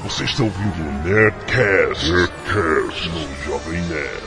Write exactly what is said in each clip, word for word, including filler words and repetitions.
Você está ouvindo o Nerdcast, Nerdcast no Jovem Nerd.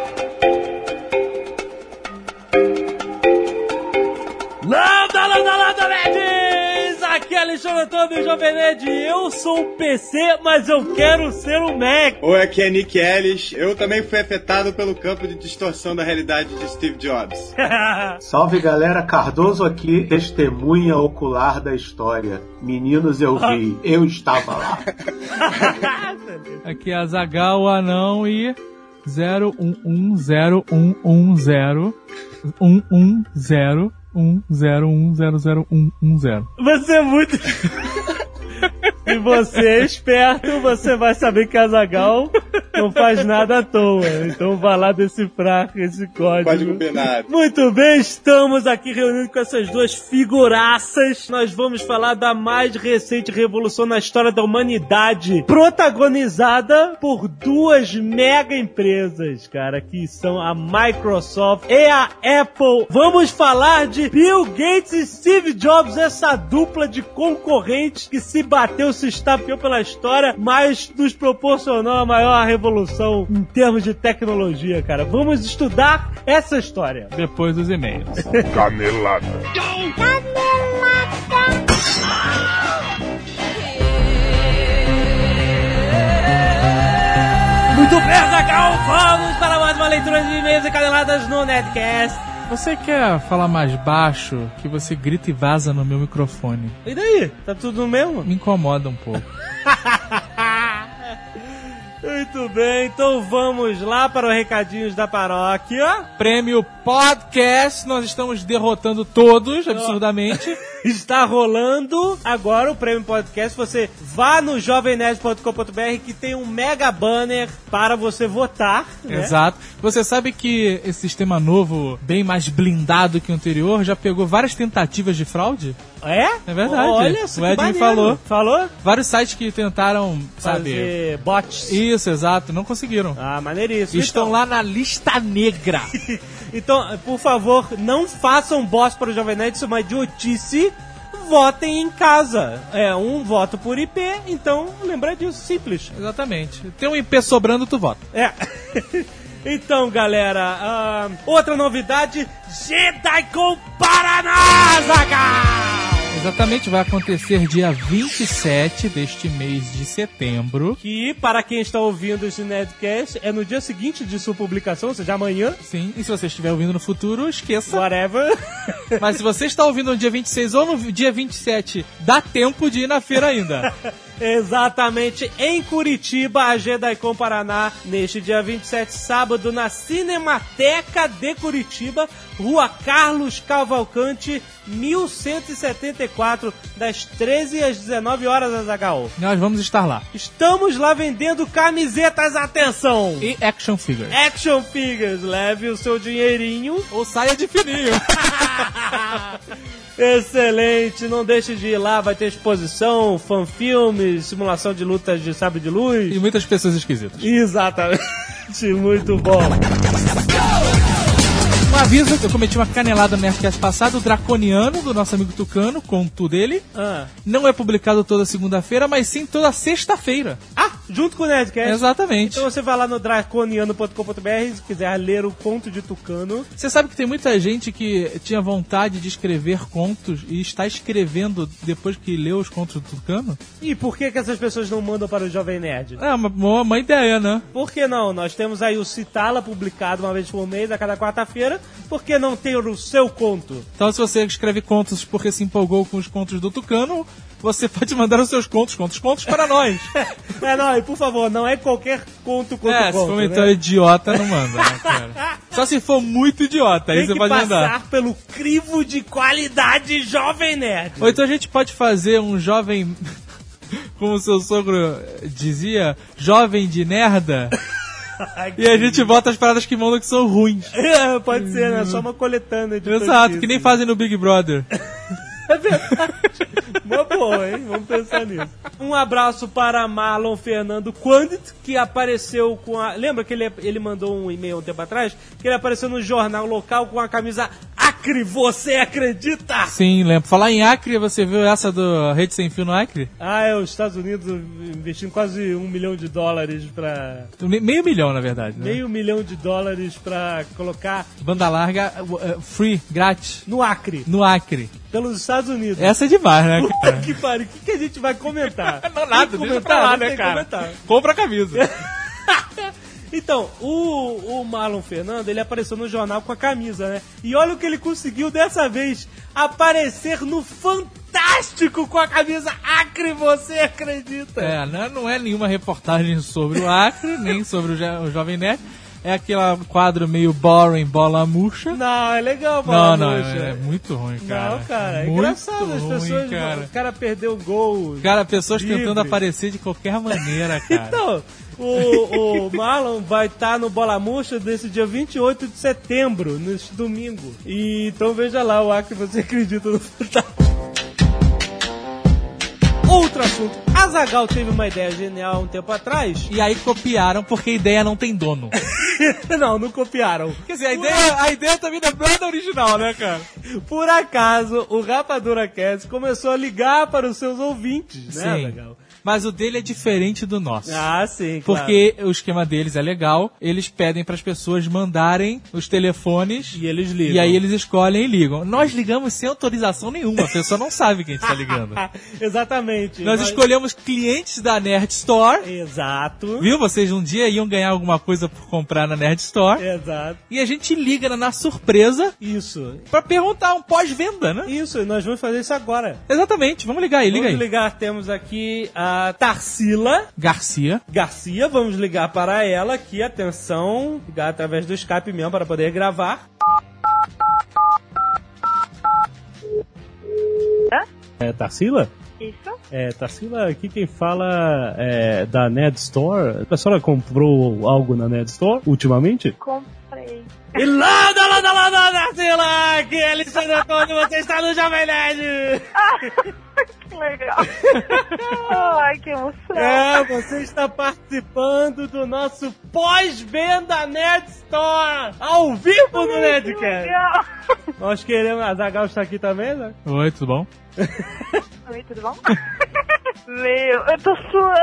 Landa, landa, landa, nerds! Aqui é Alexandre Antônio, Jovem Nerd. Eu sou um P C, mas eu quero ser um Mac. Oi, aqui é Nick Ellis. Eu também fui afetado pelo campo de distorção da realidade de Steve Jobs. Salve, galera. Cardoso aqui, testemunha ocular da história. Meninos, eu vi. Eu estava lá. Aqui é Azaghal, o anão e... zero um um zero um um zero um um zero um zero um zero zero um um zero. Você é muito... Se você é esperto, você vai saber que Azaghal não faz nada à toa. Então vá lá decifrar esse código. Código binário. Muito bem, estamos aqui reunidos com essas duas figuraças. Nós vamos falar da mais recente revolução na história da humanidade, protagonizada por duas mega empresas, cara, que são a Microsoft e a Apple. Vamos falar de Bill Gates e Steve Jobs, essa dupla de concorrentes que se bateu, se estapeou pela história, mas nos proporcionou a maior revolução em termos de tecnologia, cara. Vamos estudar essa história. Depois dos e-mails. Canelada. Muito bem, Azaghal, vamos para mais uma leitura de e-mails e caneladas no Nerdcast. Você quer falar mais baixo, que você grita e vaza no meu microfone? E daí? Tá tudo no mesmo? Me incomoda um pouco. Muito bem, então vamos lá para os recadinhos da paróquia. Prêmio Podcast, nós estamos derrotando todos, absurdamente. Está rolando agora o Prêmio Podcast. Você vá no jovem nerd ponto com ponto b r que tem um mega banner para você votar, né? Exato. Você sabe que esse sistema novo, bem mais blindado que o anterior, já pegou várias tentativas de fraude? É? É verdade. Olha, isso o Ed que me maneiro. falou. Falou? Vários sites que tentaram, sabe... Fazer bots. Isso, exato. Não conseguiram. Ah, maneiríssimo. Estão então... lá na lista negra. Então, por favor, não façam boss para o Jovem Nerd, isso é uma idiotice. Votem em casa. É um voto por I P, então lembra disso, simples. Exatamente. Tem um I P sobrando, tu vota. É. Então, galera, uh, outra novidade, JediCon Paraná, Azaghal! Exatamente, vai acontecer dia vinte e sete deste mês de setembro. Que, para quem está ouvindo esse Nerdcast, é no dia seguinte de sua publicação, ou seja, amanhã. Sim, e se você estiver ouvindo no futuro, esqueça. Whatever. Mas se você está ouvindo no dia vinte e seis ou no dia vinte e sete, dá tempo de ir na feira ainda. Exatamente, em Curitiba, a JediCon Paraná, neste dia vinte e sete, sábado, na Cinemateca de Curitiba, Rua Carlos Cavalcante, mil cento e setenta e quatro, das treze às dezenove horas, Azaghal. Nós vamos estar lá. Estamos lá vendendo camisetas, atenção! E action figures. Action figures, leve o seu dinheirinho. Ou saia de fininho. Excelente, não deixe de ir lá, vai ter exposição, fanfilmes, simulação de lutas de sabre de luz. E muitas pessoas esquisitas. Exatamente, muito bom. Um aviso, eu cometi uma canelada no Nerdcast passado, o Draconiano, do nosso amigo Tucano, conto dele. Ah. Não é publicado toda segunda-feira, mas sim toda sexta-feira. Ah, junto com o Nerdcast. Exatamente. Então você vai lá no draconiano ponto com ponto b r se quiser ler o conto de Tucano. Você sabe que tem muita gente que tinha vontade de escrever contos e está escrevendo depois que leu os contos do Tucano? E por que, que essas pessoas não mandam para o Jovem Nerd? É uma, uma, uma ideia, né? Por que não? Nós temos aí o Citala publicado uma vez por mês, a cada quarta-feira. Por que não ter o seu conto? Então, se você escreve contos porque se empolgou com os contos do Tucano, você pode mandar os seus contos, contos, contos para nós. É, não, e por favor, não é qualquer conto quanto é, conto, se for então né? idiota, não manda, né, cara? Só se for muito idiota, aí Tem você que pode passar mandar. pelo crivo de qualidade Jovem Nerd. Ou então a gente pode fazer um jovem, como o seu sogro dizia, jovem de nerda. E a gente bota as paradas que mandam que são ruins. É, pode ser, né? Só uma coletânea de Exato, notícias. que nem fazem no Big Brother. É verdade. Uma boa, hein? Vamos pensar nisso. Um abraço para Marlon Fernando Quandit, que apareceu com a... Lembra que ele, ele mandou um e-mail um tempo atrás? Que ele apareceu no jornal local com a camisa Acre, você acredita? Sim, lembro. Falar em Acre, você viu essa do Rede Sem Fio no Acre? Ah, é, os Estados Unidos investindo quase um milhão de dólares pra... Me- Meio milhão, na verdade. Né? Meio milhão de dólares pra colocar Banda larga, uh, uh, free, grátis, no Acre, no Acre. pelos Estados Unidos. Essa é demais, né, Puta cara? que pariu, o que, que a gente vai comentar? Não, nada, Tem que deixa comentar, pra lá, não né, tem cara? comentar. Compra a camisa. Então, o, o Marlon Fernando, ele apareceu no jornal com a camisa, né? E olha o que ele conseguiu dessa vez, aparecer no Fantástico com a camisa Acre, você acredita? É, não, não é nenhuma reportagem sobre o Acre, nem sobre o, jo- o Jovem Nerd. É aquele quadro meio boring, bola murcha. Não, é legal, Não, bola não, murcha. é, é muito ruim, cara. Não, cara, é muito engraçado. As ruim, pessoas. cara. O cara perdeu o gol. Cara, pessoas livre. tentando aparecer de qualquer maneira, cara. Então, o, o Marlon vai estar no Bola Murcha desse dia vinte e oito de setembro, nesse domingo. E, então veja lá, o Acre, você acredita no Fantástico. Outro assunto. Azaghal teve uma ideia genial há um tempo atrás. E aí copiaram porque a ideia não tem dono. Não, não copiaram. Quer dizer, a ideia, a ideia também não é da original, né, cara? Por acaso, o Rapadura Cast começou a ligar para os seus ouvintes, né, Sim. Azaghal? Mas o dele é diferente do nosso. Ah, sim, claro. Porque o esquema deles é legal, eles pedem para as pessoas mandarem os telefones E eles ligam. e aí eles escolhem e ligam. Nós ligamos sem autorização nenhuma, a pessoa não sabe quem está ligando. Exatamente. Nós escolhemos clientes da Nerd Store, Exato. viu? Vocês um dia iam ganhar alguma coisa por comprar na Nerd Store. Exato. E a gente liga na, na surpresa Isso. pra perguntar um pós-venda, né? Isso, e nós vamos fazer isso agora. Exatamente, vamos ligar aí, liga Vamos aí. ligar, temos aqui a Tarsila Garcia. Garcia, vamos ligar para ela aqui, atenção, ligar através do Skype mesmo para poder gravar. Hã? É Tarsila? Isso? É, Tarsila, aqui quem fala é da Nerd Store. A senhora comprou algo na Nerd Store ultimamente? Comprei. E lá, lá, lá, lá, lá, Tarsila, aqui é Alexandre Antônio, você está no Jovem Nerd. Que legal. Ai, que emoção. É, você está participando do nosso pós-venda Nerd Store, ao vivo no Que Nerdcast. legal. Nós queremos, a Azaghal está aqui também, né? Oi, tudo bom? Oi, tudo bom? Meu, eu tô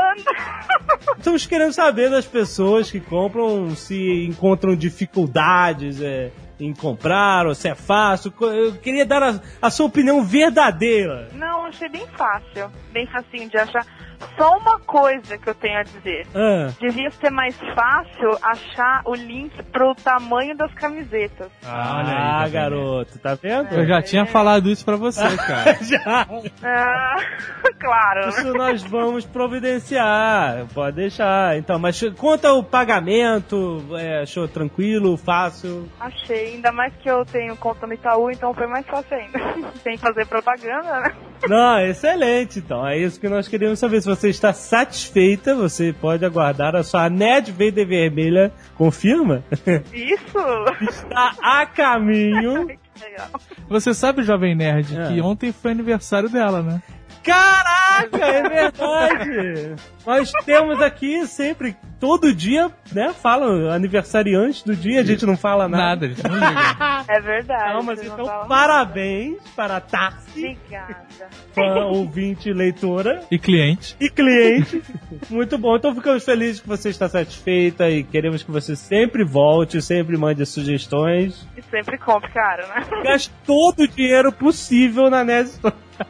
suando. Estamos querendo saber das pessoas que compram, se encontram dificuldades é, em comprar, ou se é fácil. Eu queria dar a, a sua opinião verdadeira. Não, achei bem fácil. Bem facinho de achar. Só uma coisa que eu tenho a dizer. Ah, Devia ser mais fácil achar o link pro tamanho das camisetas. Ah, olha aí, ah tá vendo? garoto, tá vendo? Eu já tinha falado isso pra você, cara. Já. Ah, claro. Isso nós vamos providenciar, pode deixar. Então, mas conta o pagamento, é, achou tranquilo, fácil? Achei. Ainda mais que eu tenho conta no Itaú, então foi mais fácil ainda. Sem fazer propaganda, né? Não, excelente. Então, é isso que nós queríamos saber. Se você está satisfeita, você pode aguardar a sua Ned Vader vermelha. Confirma? Isso! Está a caminho. Que legal. Você sabe, Jovem Nerd, É. que ontem foi aniversário dela, né? Caraca, é verdade! Nós temos aqui sempre, todo dia, né? Falam aniversariante do dia, a gente não fala nada. Nada, a gente não liga. É verdade. Não, mas vocês então, não falam parabéns para a Tarsi, Obrigada. fã, ouvinte, leitora E cliente. e cliente. Muito bom. Então ficamos felizes que você está satisfeita e queremos que você sempre volte, sempre mande sugestões. E sempre compre, cara, né? Gaste todo o dinheiro possível na Nerd Store.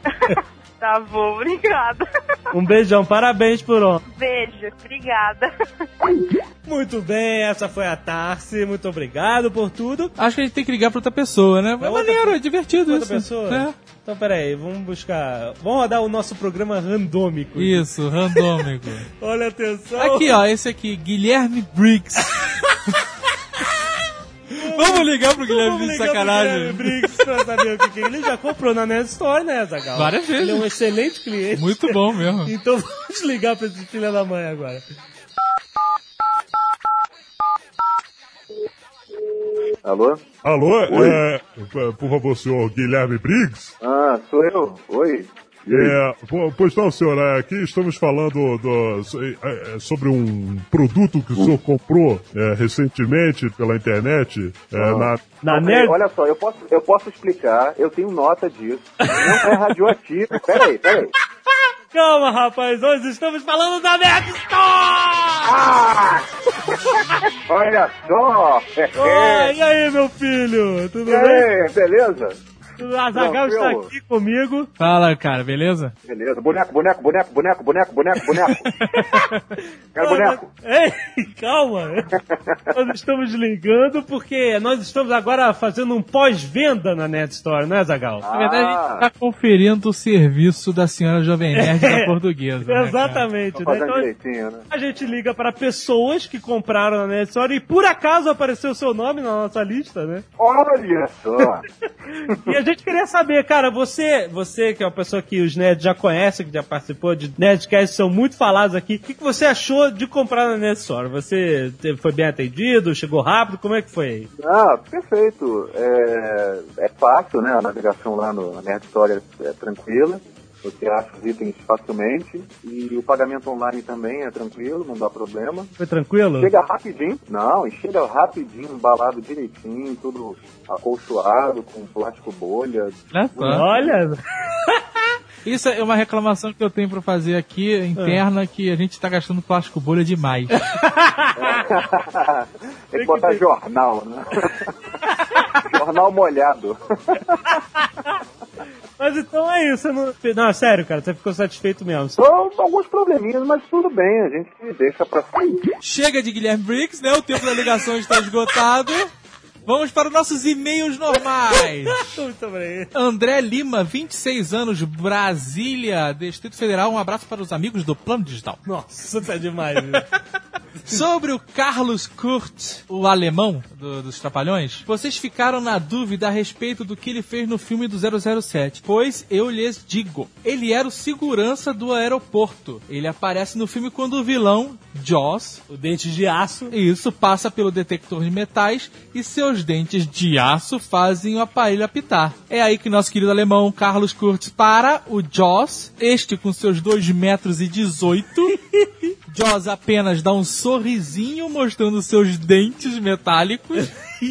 Tá bom, obrigada. Um beijão, parabéns por ontem. Beijo, obrigada. Muito bem, essa foi a Tarsi. Muito obrigado por tudo. Acho que a gente tem que ligar pra outra pessoa, né? É outra maneiro, é divertido Outra isso. pessoa? É. Então, peraí, vamos buscar. Vamos rodar o nosso programa randômico. Isso, randômico. Olha, atenção. Aqui, ó, esse aqui, Guilherme Briggs. Vamos ligar pro Guilherme Vamos de ligar pro sacanagem. Guilherme Briggs pra saber o que, que ele já comprou na Nerd Store, né, Azaghal? Várias vezes. Ele é um excelente cliente. Muito bom mesmo. Então vamos ligar pra esse filho da mãe agora. Alô? Alô? Oi. É, por favor, senhor Guilherme Briggs? Ah, sou eu. Oi. É, po- pois não, senhor, é, aqui estamos falando do, so- é, é, sobre um produto que o senhor comprou é, recentemente pela internet. É, na... Na Peraí, Nerd... olha só, eu posso, eu posso explicar, eu tenho nota disso. Não é radioativo. Peraí, peraí. Calma, rapaz, nós estamos falando da Nerd Store! Ah! Olha só! Ah, e aí, meu filho? Tudo E bem? aí, beleza? O Azaghal está Tranquilo. aqui comigo. Fala, cara, beleza? Beleza. Boneco, boneco, boneco, boneco, boneco, boneco, boneco. Quero boneco. Ei, calma. Nós estamos ligando porque nós estamos agora fazendo um pós-venda na Nerd Store, não é, Azaghal? Na verdade, a Ah. gente tá conferindo o serviço da senhora Jovem Nerd da portuguesa. né, cara? Exatamente. Tô Né? fazendo Então, direitinho, né? a gente liga para pessoas que compraram na Nerd Store e por acaso apareceu o seu nome na nossa lista, né? Olha só. E a gente queria saber, cara, você, você que é uma pessoa que os nerds já conhecem, que já participou de Nerdcasts, são muito falados aqui, o que, que você achou de comprar na Nerd Store? Você teve- foi bem atendido, chegou rápido, como é que foi aí? Ah, perfeito. É, é fácil, né? A navegação lá no, na Nerd Store é, é tranquila. Você acha os itens facilmente. E o pagamento online também é tranquilo, não dá problema. Foi tranquilo? Chega rapidinho. Não, e chega rapidinho, embalado direitinho, tudo acolchoado, com plástico bolha. Olha só. Olha, Isso é uma reclamação que eu tenho pra fazer aqui, interna, que a gente tá gastando plástico bolha demais. Tem que botar jornal, né? Jornal molhado. mas então é isso. Não... não, sério, cara, você ficou satisfeito mesmo. São alguns probleminhas, mas tudo bem, a gente deixa pra frente. Chega de Guilherme Briggs, né? O tempo da ligação está esgotado. Vamos para os nossos e-mails normais. Muito bem. André Lima, vinte e seis anos, Brasília, Distrito Federal. Um abraço para os amigos do Plano Digital. Nossa, tá demais. Viu? Sobre o Carlos Kurt, o alemão do- dos Trapalhões, vocês ficaram na dúvida a respeito do que ele fez no filme do zero zero sete, pois eu lhes digo, ele era o segurança do aeroporto. Ele aparece no filme quando o vilão, Jaws, O dente de aço. isso, passa pelo detector de metais e seus dentes de aço fazem o aparelho apitar. É aí que nosso querido alemão Carlos Kurt para o Jaws, este com seus dois metros e dezoito. Jaws apenas dá um sorrisinho mostrando seus dentes metálicos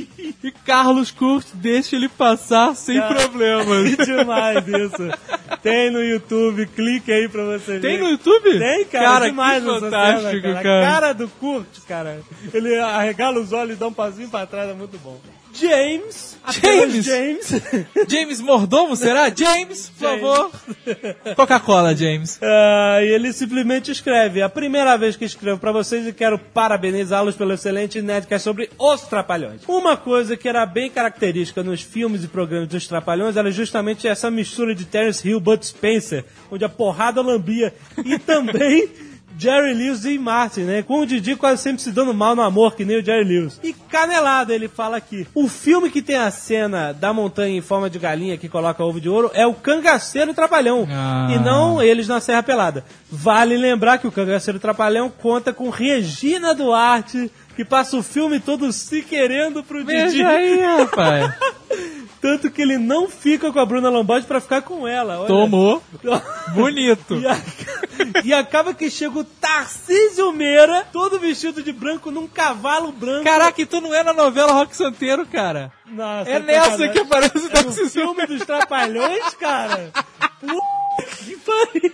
e Carlos Kurt deixa ele passar sem Cara, problemas. Que demais isso. Tem no YouTube, clique aí pra você ver. Tem no YouTube? Tem, cara, Cara, demais que essa fantástico, cena, cara. cara. A cara do Kurt, cara. Ele arregala os olhos e dá um passinho pra trás, é muito bom. James. apenas James. James. James Mordomo, será? James, por favor. Coca-Cola, James. Ah, e ele simplesmente escreve: a primeira vez que escrevo pra vocês e quero parabenizá-los pelo excelente Nerdcast sobre os Trapalhões. Uma coisa que era bem característica nos filmes e programas dos Trapalhões era justamente essa mistura de Terence Hill e Bud Spencer, onde a porrada lambia. E também Jerry Lewis e Martin, né? Com o Didi quase sempre se dando mal no amor, que nem o Jerry Lewis. E canelada, ele fala aqui. O filme que tem a cena da montanha em forma de galinha que coloca ovo de ouro é o Cangaceiro Trapalhão. Ah. E não eles na Serra Pelada. Vale lembrar que o Cangaceiro Trapalhão conta com Regina Duarte, que passa o filme todo se querendo pro Didi. Veja aí, rapaz. Tanto que ele não fica com a Bruna Lombardi pra ficar com ela. Olha. Tomou. Bonito. E, a- e acaba que chega o Tarcísio Meira, todo vestido de branco, num cavalo branco. Caraca, e tu não é na novela Rock Santeiro, cara? Nossa, É nessa sacanagem. que aparece o É no Tarcísio filme dos Trapalhões, cara. Puta que pariu.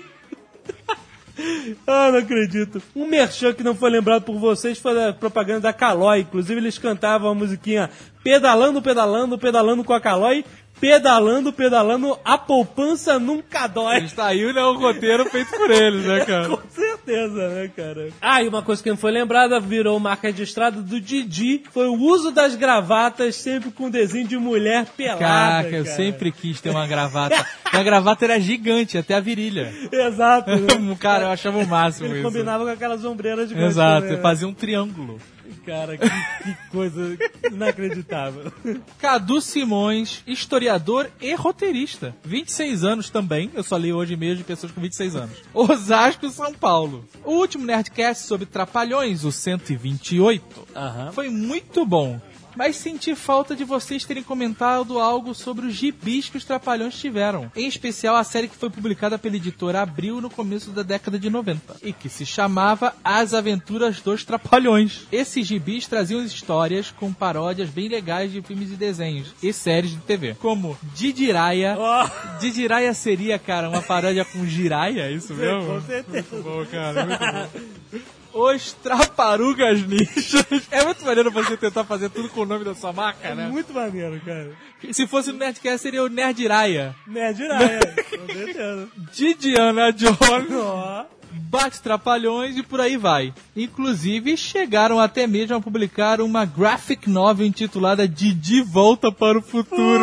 Ah, não acredito. Um merchan que não foi lembrado por vocês foi a propaganda da Calói. Inclusive, eles cantavam a musiquinha Pedalando, pedalando, pedalando com a Calói. Pedalando, pedalando, a poupança nunca dói. Está aí, né? O roteiro feito por eles, né, cara? Com certeza, né, cara? Ah, e uma coisa que não foi lembrada, virou marca registrada do Didi, foi o uso das gravatas sempre com desenho de mulher pelada. Caraca, eu cara. sempre quis ter uma gravata. E a gravata era gigante, até a virilha. Exato. Né? Cara, eu achava o máximo Ele isso. combinava com aquelas ombreiras de Exato, né? fazia um triângulo. Cara, que, que coisa inacreditável. Cadu Simões, historiador e roteirista. vinte e seis anos também. Eu só li hoje e-mails de pessoas com vinte e seis anos. Osasco, São Paulo. O último Nerdcast sobre Trapalhões, o cento e vinte e oito, Aham. foi muito bom. mas senti falta de vocês terem comentado algo sobre os gibis que os Trapalhões tiveram. Em especial a série que foi publicada pela editora Abril no começo da década de noventa e que se chamava As Aventuras dos Trapalhões. Esses gibis traziam histórias com paródias bem legais de filmes e desenhos e séries de T V, como Didiraia. Oh. Didiraia seria, cara, uma paródia com Jiraya, é isso mesmo? Com certeza. Muito bom, cara, muito bom. Os Traparugas Ninjas. É muito maneiro você tentar fazer tudo com o nome da sua marca, né? É muito maneiro, cara. Se fosse no Nerdcast, seria o Nerdiraia. Nerdiraia, com certeza. Didiana Jones. Oh. Bate Trapalhões e por aí vai. Inclusive, chegaram até mesmo a publicar uma graphic novel intitulada Didi Volta para o Futuro.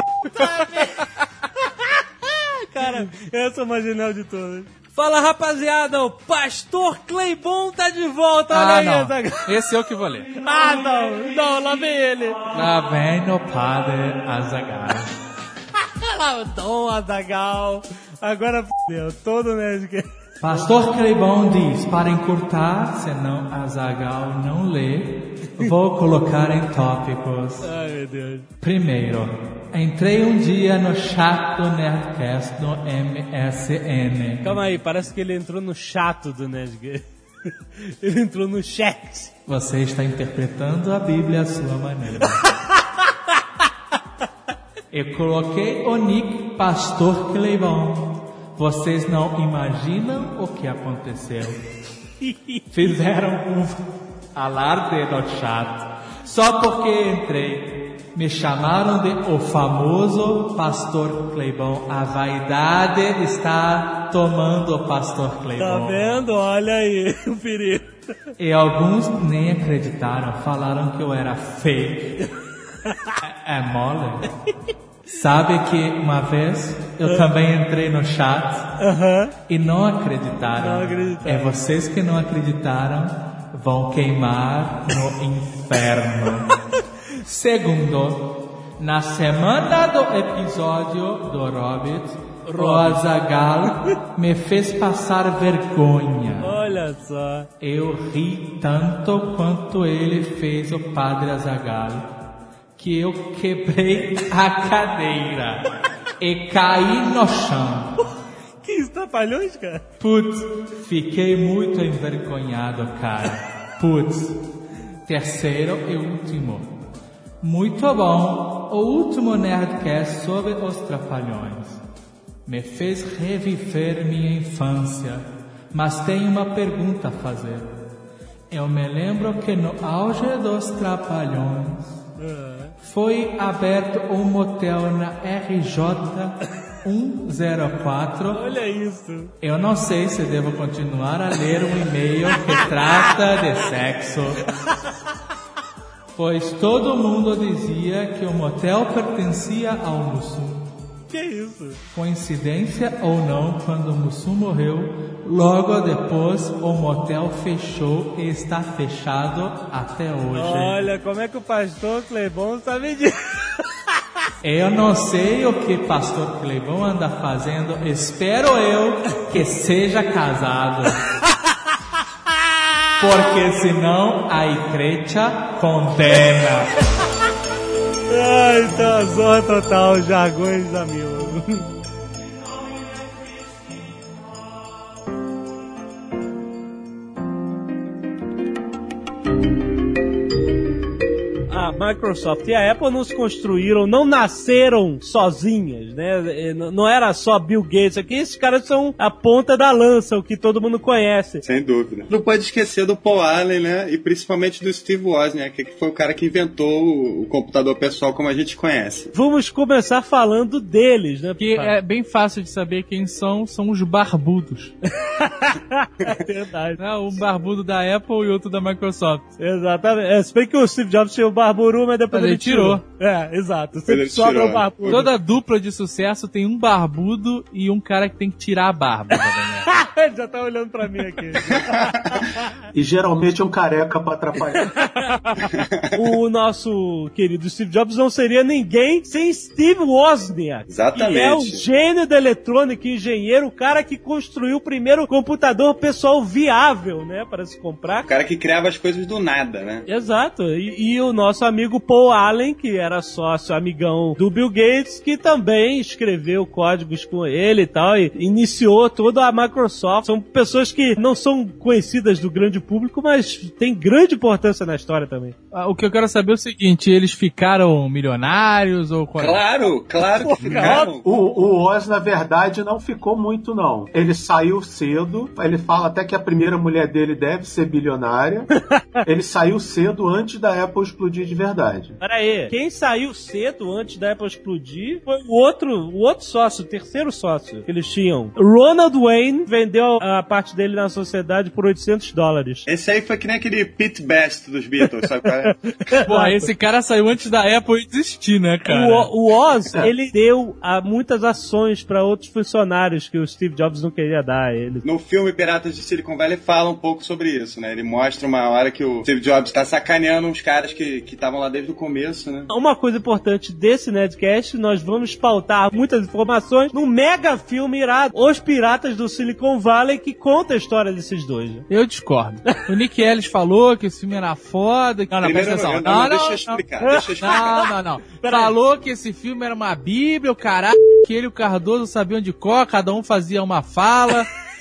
Cara, essa é a mais genial de todas. Fala, rapaziada, o Pastor Claybon tá de volta, olha ah, aí, não. Azaghal. Esse é o que vou ler. Ah, não, não, lá vem ele. Lá vem o Padre Azaghal. Lá o Dom Azaghal. Agora, f***, todo Nerdcast. Pastor Claybon diz, para encurtar, senão Azaghal não lê, vou colocar em tópicos. Ai, meu Deus. Primeiro, entrei um dia no chat do Nerdcast no M S N. Calma aí, parece que ele entrou no chato do Nerdcast. Ele entrou no chat. Você está interpretando a Bíblia à sua maneira. Eu coloquei o nick Pastor Claybon. Vocês não imaginam o que aconteceu. Fizeram um alarde no chat. Só porque entrei. Me chamaram de o famoso Pastor Claybon. A vaidade está tomando o Pastor Claybon. Tá vendo? Olha aí o perigo. E alguns nem acreditaram. Falaram que eu era fake. É, é mole. Sabe que uma vez eu uh. também entrei no chat uh-huh. e não acreditaram. Não acreditaram. É vocês que não acreditaram vão queimar no inferno. Segundo, na semana do episódio do Hobbit, o Azaghal me fez passar vergonha. Olha só. Eu ri tanto quanto ele fez o Padre Azaghal, que eu quebrei a cadeira e caí no chão. Que isso, Trapalhões, cara? Putz, fiquei muito envergonhado, cara. Putz. Terceiro e último. Muito bom. O último Nerdcast sobre os Trapalhões me fez reviver minha infância. Mas tenho uma pergunta a fazer. Eu me lembro que no auge dos Trapalhões foi aberto um motel na R J cento e quatro. Olha isso. Eu não sei se devo continuar a ler um e-mail que trata de sexo, pois todo mundo dizia que o motel pertencia ao Mussum. Que isso? Coincidência ou não, quando o Mussum morreu, logo depois o motel fechou e está fechado até hoje. Olha, como é que o Pastor Claybon sabe disso? Eu não sei o que Pastor Claybon anda fazendo, espero eu que seja casado. Porque senão a igreja condena. Ai, tá zorra total, jargões amigos. A Microsoft e a Apple não se construíram, não nasceram sozinhas, né? Não era só Bill Gates aqui, esses caras são a ponta da lança, o que todo mundo conhece. Sem dúvida. Não pode esquecer do Paul Allen, né? E principalmente do Steve Wozniak, que foi o cara que inventou o computador pessoal como a gente conhece. Vamos começar falando deles, né? Que é bem fácil de saber quem são, são os barbudos. É verdade. Um barbudo da Apple e outro da Microsoft. Exatamente. É, se bem que o Steve Jobs tinha o barburu, mas depois mas ele, ele tirou. tirou. É, exato. Sempre sobra o barbudo. Toda dupla de sucesso tem um barbudo e um cara que tem que tirar a barba. Ele já tá olhando pra mim aqui. E geralmente é um careca pra atrapalhar. O nosso querido Steve Jobs não seria ninguém sem Steve Wozniak. Exatamente. Que é o gênio da eletrônica, engenheiro, o cara que construiu o primeiro computador pessoal viável, né, para se comprar. O cara que criava as coisas do nada, né? Exato. E, e o nosso amigo Paul Allen, que era sócio amigão do Bill Gates, que também escreveu códigos com ele e tal, e iniciou toda a Microsoft. São pessoas que não são conhecidas do grande público, mas têm grande importância na história também. O que eu quero saber é o seguinte, eles ficaram milionários ou... Claro, claro que ficaram. O, o Oz, na verdade, não ficou muito, não. Ele saiu cedo, ele fala até que a primeira mulher dele deve ser bilionária. Ele saiu cedo antes da Apple explodir de verdade. Pera aí, quem saiu cedo antes da Apple explodir foi o outro, o outro sócio, o terceiro sócio que eles tinham. Ronald Wayne vendeu a parte dele na sociedade por oitocentos dólares. Esse aí foi que nem aquele Pete Best dos Beatles, sabe qual é? Pô, esse cara saiu antes da Apple existir, né, cara? O, o Oz, ele deu a, muitas ações pra outros funcionários que o Steve Jobs não queria dar a ele. No filme Piratas de Silicon Valley fala um pouco sobre isso, né? Ele mostra uma hora que o Steve Jobs tá sacaneando uns caras que estavam lá desde o começo, né? Uma coisa importante desse Nerdcast, nós vamos pautar muitas informações num mega filme irado, Os Piratas do Silicon Valley, que conta a história desses dois. Eu discordo. O Nick Ellis falou que esse filme era foda. Que... Não, não, Primeiro, presta atenção. Não, não, não, não, deixa eu não, explicar, não, deixa eu explicar. Não, não, não. Falou que esse filme era uma bíblia, o caralho, que ele e o Cardoso sabiam de cor, cada um fazia uma fala.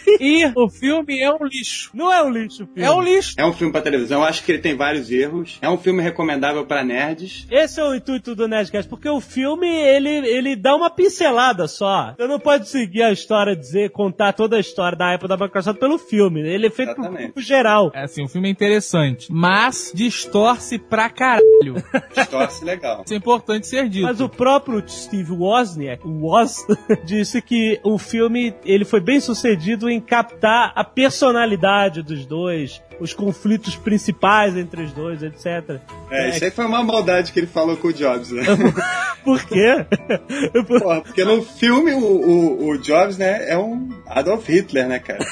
E o filme é um lixo. Não é um lixo, filme. É um lixo. É um filme pra televisão, eu acho que ele tem vários erros. É um filme recomendável pra nerds. Esse é o intuito do Nerdcast, porque o filme, ele, ele dá uma pincelada só. Você não pode seguir a história, dizer, contar toda a história da Apple da Microsoft pelo filme. Ele é feito pro público geral. É assim, o filme é interessante, mas distorce pra caralho. Distorce legal. Isso é importante ser dito. Mas o próprio Steve Wozniak, o Woz, disse que o filme, ele foi bem sucedido em captar a personalidade dos dois, os conflitos principais entre os dois, etcétera. É, isso aí foi uma maldade que ele falou com o Jobs, né? Por quê? Porra, porque no filme o, o, o Jobs, né, é um Adolf Hitler, né, cara?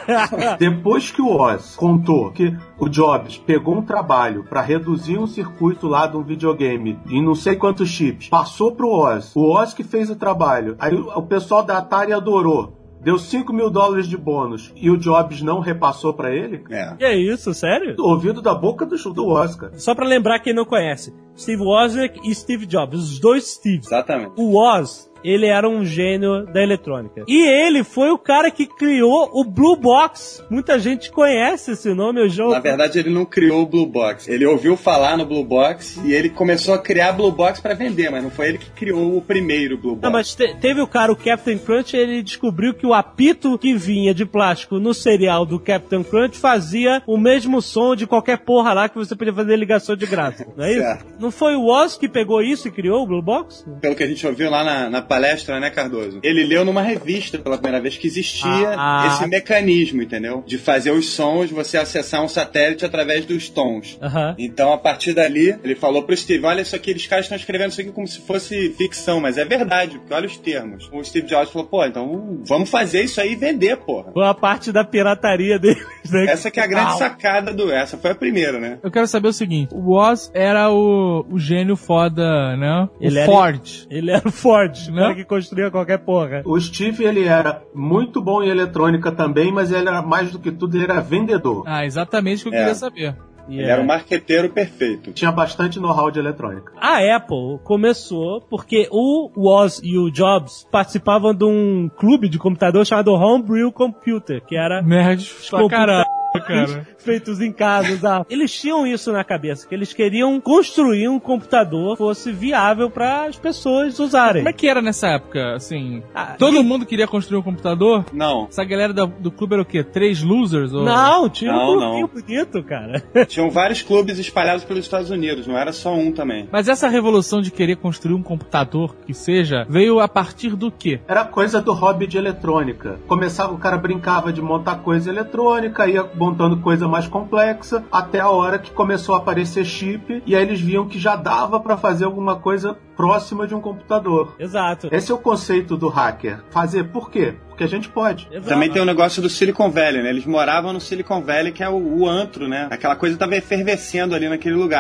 Depois que o Oz contou que o Jobs pegou um trabalho pra reduzir um circuito lá de um videogame em não sei quantos chips, passou pro Oz, o Oz que fez o trabalho, aí o pessoal da Atari adorou. Deu cinco mil dólares de bônus e o Jobs não repassou pra ele? É. Que é isso, sério? Ouvido da boca do, do Oscar. Só pra lembrar quem não conhece. Steve Wozniak e Steve Jobs, os dois Steves. Exatamente. O Woz, ele era um gênio da eletrônica. E ele foi o cara que criou o Blue Box. Muita gente conhece esse nome, o jogo. Na verdade, ele não criou o Blue Box. Ele ouviu falar no Blue Box e ele começou a criar Blue Box pra vender, mas não foi ele que criou o primeiro Blue Box. Não, mas te, teve o cara, o Captain Crunch, ele descobriu que o apito que vinha de plástico no cereal do Captain Crunch fazia o mesmo som de qualquer porra lá que você podia fazer ligação de graça. Não é isso? Certo. Não foi o Woz que pegou isso e criou o Blue Box? Pelo que a gente ouviu lá na, na palestra, né, Cardoso? Ele leu numa revista pela primeira vez que existia ah, esse mecanismo, entendeu? De fazer os sons, você acessar um satélite através dos tons. Uh-huh. Então, a partir dali, ele falou pro Steve, olha isso aqui, eles caras estão escrevendo isso aqui como se fosse ficção, mas é verdade, porque olha os termos. O Steve Jobs falou, pô, então vamos fazer isso aí e vender, porra. Foi a parte da pirataria deles, né? Essa que é a grande sacada do... Essa foi a primeira, né? Eu quero saber o seguinte, o Woz era o, o gênio foda, né? O Ele Ford. Era, ele era o Ford, Né? o cara que construía qualquer porra. O Steve, ele era muito bom em eletrônica também, mas ele era, mais do que tudo, ele era vendedor. Ah, exatamente o que eu É. queria saber. Ele era um marqueteiro perfeito. Tinha bastante know-how de eletrônica. A Apple começou porque o Woz e o Jobs participavam de um clube de computador chamado Homebrew Computer, que era Nerd pra caralho, cara. feitos em casas. Ah. Eles tinham isso na cabeça, que eles queriam construir um computador que fosse viável para as pessoas usarem. Como é que era nessa época, assim? Ah, todo e... mundo queria construir um computador? Não. Essa galera da, do clube era o quê? Três losers? Ou... Não, tinha Não, um não. grupinho bonito, cara. Tinham vários clubes espalhados pelos Estados Unidos, não era só um também. Mas essa revolução de querer construir um computador, que seja, veio a partir do quê? Era coisa do hobby de eletrônica. Começava, o cara brincava de montar coisa eletrônica, ia montando coisa mais complexa, até a hora que começou a aparecer chip, e aí eles viam que já dava pra fazer alguma coisa próxima de um computador. Exato. Esse é o conceito do hacker. Fazer por quê? Porque a gente pode. Exato. Também tem o negócio do Silicon Valley, né? Eles moravam no Silicon Valley, que é o, o antro, né? Aquela coisa tava efervescendo ali naquele lugar.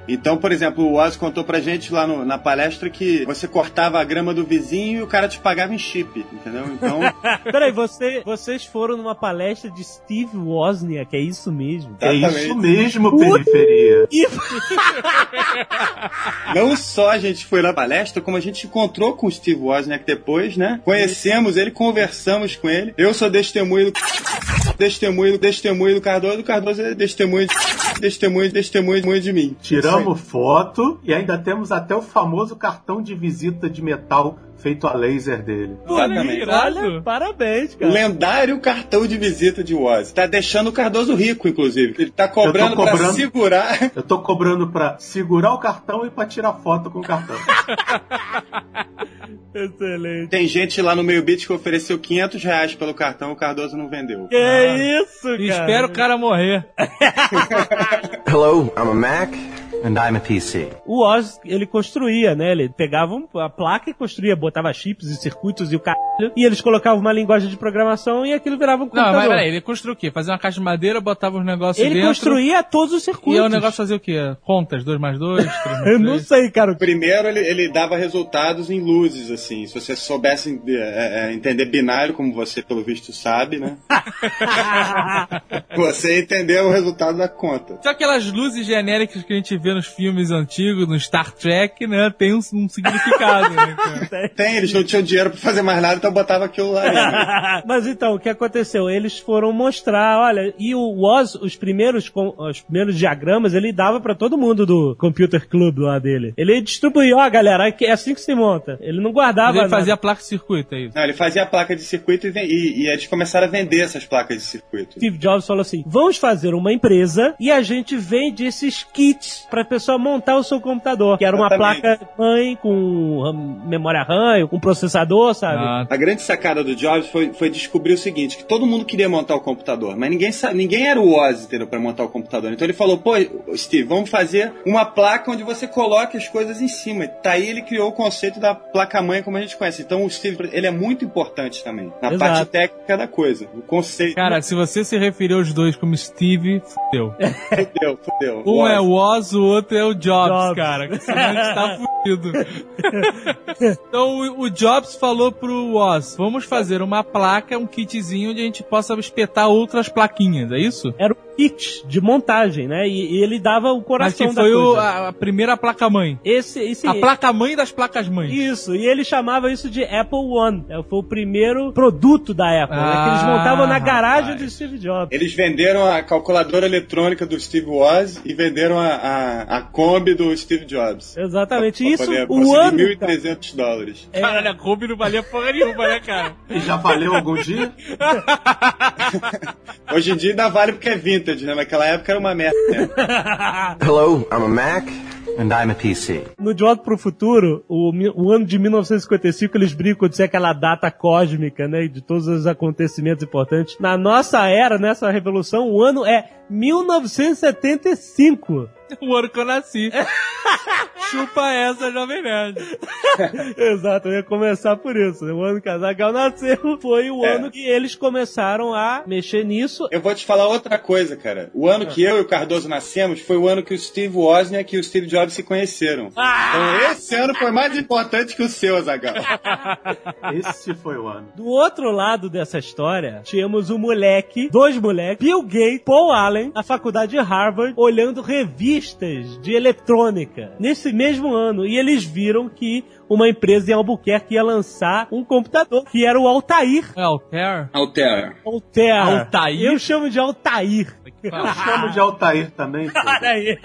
Então, por exemplo, o Oz contou pra gente lá no, na palestra que você cortava a grama do vizinho e o cara te pagava em chip, entendeu? Então... Peraí, você, vocês foram numa palestra de Steve Wozniak, é isso mesmo? É isso mesmo, periferia. Não só a gente foi na palestra, como a gente encontrou com o Steve Wozniak depois, né? Conhecemos ele, conversamos com ele. Eu sou testemunho do... Testemunho, testemunho do Cardoso, do Cardoso é testemunho, testemunho, testemunho de mim. Tiramos foto e ainda temos até o famoso cartão de visita de metal feito a laser dele. Exatamente. Olha, parabéns, cara. Lendário cartão de visita de Woz. Tá deixando o Cardoso rico, inclusive. Ele tá cobrando, cobrando pra segurar. Eu tô cobrando pra segurar o cartão e pra tirar foto com o cartão. Excelente. Tem gente lá no Meio Beat que ofereceu quinhentos reais pelo cartão, o Cardoso não vendeu. Que ah. isso, cara? Espero o cara morrer. Hello, I'm a Mac. And I'm a P C. O Oz, ele construía, né? Ele pegava a placa e construía, botava chips e circuitos e o caralho, e eles colocavam uma linguagem de programação e aquilo virava um computador. Não, mas peraí, ele construiu o quê? Fazia uma caixa de madeira, botava os negócios ele dentro... Ele construía todos os circuitos. E o negócio fazia o quê? Contas, dois mais dois, três mais três? Eu não sei, cara. Primeiro, ele, ele dava resultados em luzes, assim. Se você soubesse é, é, entender binário, como você, pelo visto, sabe, né? Você entendeu o resultado da conta. Só aquelas luzes genéricas que a gente vê nos filmes antigos, no Star Trek, né? Tem um, um significado, né, cara? Tem, eles não tinham dinheiro pra fazer mais nada, então botava aquilo lá dentro. Mas então, o que aconteceu? Eles foram mostrar, olha, e o Woz, os primeiros, os primeiros diagramas, ele dava pra todo mundo do Computer Club lá dele. Ele distribuía, ó, galera, é assim que se monta. Ele não guardava. Mas ele nada. fazia a placa de circuito, é isso? Não, ele fazia a placa de circuito e, e, e eles começaram a vender essas placas de circuito. Steve Jobs falou assim, vamos fazer uma empresa e a gente vende esses kits pra pessoa montar o seu computador, que era uma Exatamente. placa mãe com memória RAM, com processador, sabe? Ah. A grande sacada do Jobs foi, foi descobrir o seguinte, que todo mundo queria montar o computador, mas ninguém, ninguém era o Oz, entendeu, pra montar o computador. Então ele falou, pô, Steve, vamos fazer uma placa onde você coloque as coisas em cima. Tá aí ele criou o conceito da placa-mãe como a gente conhece. Então o Steve, ele é muito importante também, na Exato. parte técnica da coisa, o conceito. Cara, se você se referir aos dois como Steve, fudeu. Fudeu, fudeu. Um Oz. é o Oz, o outro é o Jobs, Jobs. cara. Que senão a gente tá fudido. Então o, o Jobs falou pro Oz, vamos fazer uma placa, um kitzinho onde a gente possa espetar outras plaquinhas, é isso? Era um kit de montagem, né? E, e ele dava o Mas coração que da foi o, coisa. a, a primeira placa-mãe. Esse, esse, A placa-mãe das placas-mães. Isso, e ele chamava isso de Apple One. É, Foi o primeiro produto da Apple, Ah, né, que eles montavam na garagem rapaz. do Steve Jobs. Eles venderam a calculadora eletrônica do Steve Woz e venderam a, a, a Kombi do Steve Jobs. Exatamente. Pra Isso, poder o conseguir ano... mil e trezentos dólares. É. Caralho, a Kombi não valia porra nenhuma, né, cara? E já valeu algum dia? Hoje em dia ainda vale porque é vintage, né? Naquela época era uma merda. Né? Hello, I'm a Mac. And I'm a P C. No De Volta pro Futuro, o, mi- o ano de mil novecentos e cinquenta e cinco, eles brincam de ser aquela data cósmica, né? De todos os acontecimentos importantes. Na nossa era, nessa revolução, o ano é mil novecentos e setenta e cinco. O ano que eu nasci. Chupa essa, Jovem Nerd. Exato, eu ia começar por isso. O ano que a Zagal nasceu foi o É. ano que eles começaram a mexer nisso. Eu vou te falar outra coisa, cara. O ano que eu e o Cardoso nascemos foi o ano que o Steve Wozniak e o Steve Jobs se conheceram. Então esse ano foi mais importante que o seu, Azaghal. Esse foi o ano. Do outro lado dessa história, tínhamos um moleque, dois moleques, Bill Gates, Paul Allen, na faculdade de Harvard, olhando revistas de eletrônica nesse mesmo ano. E eles viram que uma empresa em Albuquerque ia lançar um computador, que era o Altair. É, Altair? Altair. Altair. Altair? Eu chamo de Altair. Eu chamo de Altair também. pô. Olha aí.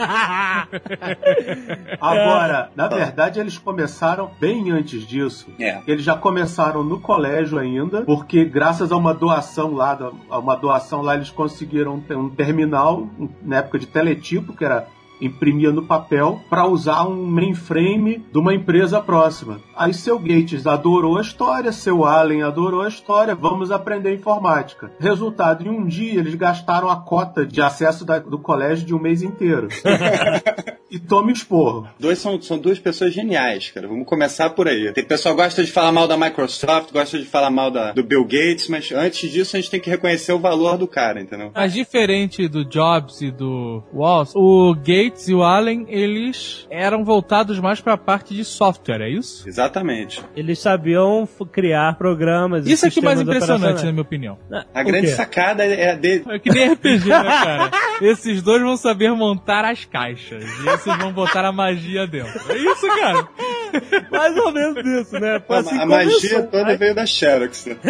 Agora, na verdade, eles começaram bem antes disso. É. Eles já começaram no colégio ainda, porque graças a uma doação lá, da- a uma doação lá, eles conseguiram ter um terminal, um- na época de teletipo, que era imprimia no papel, para usar um mainframe de uma empresa próxima. Aí seu Gates adorou a história, seu Allen adorou a história, vamos aprender informática. Resultado, em um dia eles gastaram a cota de acesso da- do colégio de um mês inteiro. e tome esporro. Dois são, são duas pessoas geniais, cara. Vamos começar por aí. Tem pessoal que gosta de falar mal da Microsoft, gosta de falar mal da, do Bill Gates, mas antes disso a gente tem que reconhecer o valor do cara, entendeu? Mas diferente do Jobs e do Walsh, o Gates e o Allen, eles eram voltados mais para a parte de software, é isso? Exatamente. Eles sabiam f- criar programas. Isso é que é mais impressionante, operacionais. na minha opinião. A O grande quê? sacada é a dele. É que nem R P G, né, cara? Esses dois vão saber montar as caixas. E esses vão botar a magia dentro. É isso, cara. Mais ou menos isso, né? Foi A, assim a que magia começou. toda veio da Xerox. É,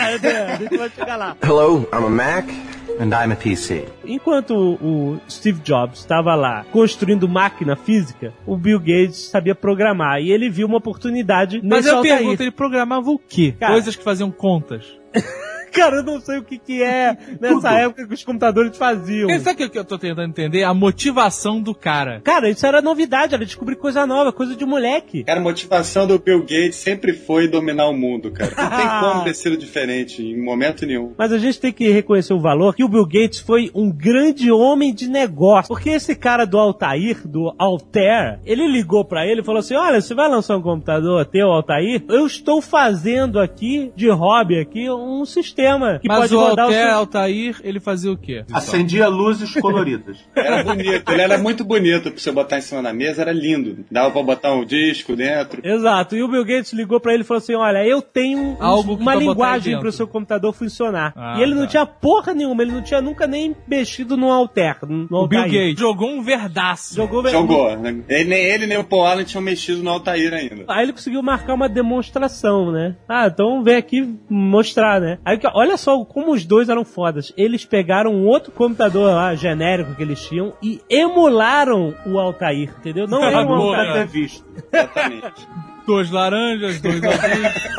a gente vai chegar lá. Hello, I'm a Mac, and I'm a P C. Enquanto o Steve Jobs estava lá construindo máquina física, o Bill Gates sabia programar. E ele viu uma oportunidade Mas nesse eu Altair. pergunto, ele programava o quê? Cara, Coisas que faziam contas. Cara, eu não sei o que que é nessa época que os computadores faziam. E sabe o que eu tô tentando entender? A motivação do cara. Cara, isso era novidade, era descobrir coisa nova, coisa de moleque. Cara, a motivação do Bill Gates sempre foi dominar o mundo, cara. Não tem como ter sido diferente em momento nenhum. Mas a gente tem que reconhecer o valor que o Bill Gates foi um grande homem de negócio. Porque esse cara do Altair, do Altair, ele ligou pra ele e falou assim, olha, você vai lançar um computador teu, Altair? Eu estou fazendo aqui, de hobby aqui, um sistema que Mas pode o rodar Altair, o seu... Altair, ele fazia o quê? Acendia luzes coloridas. Era bonito, ele era muito bonito pra você botar em cima da mesa, era lindo. Dava pra botar um disco dentro. Exato, e o Bill Gates ligou pra ele e falou assim, olha, eu tenho Algo que uma pra botar aí linguagem dentro. pro seu computador funcionar. Ah, e ele não tá. tinha porra nenhuma, ele não tinha nunca nem mexido no Altair. No O Bill Altair. Gates jogou um verdaço. Jogou Jogou. Né? Ele, nem ele nem o Paul Allen tinham mexido no Altair ainda. Aí ele conseguiu marcar uma demonstração, né? Ah, então vem aqui mostrar, né? Aí olha só como os dois eram fodas. Eles pegaram um outro computador lá, genérico que eles tinham, e emularam o Altair, entendeu? Não era um Boa, Altair. Nunca ter visto. Exatamente. Dois laranjas, dois azuis.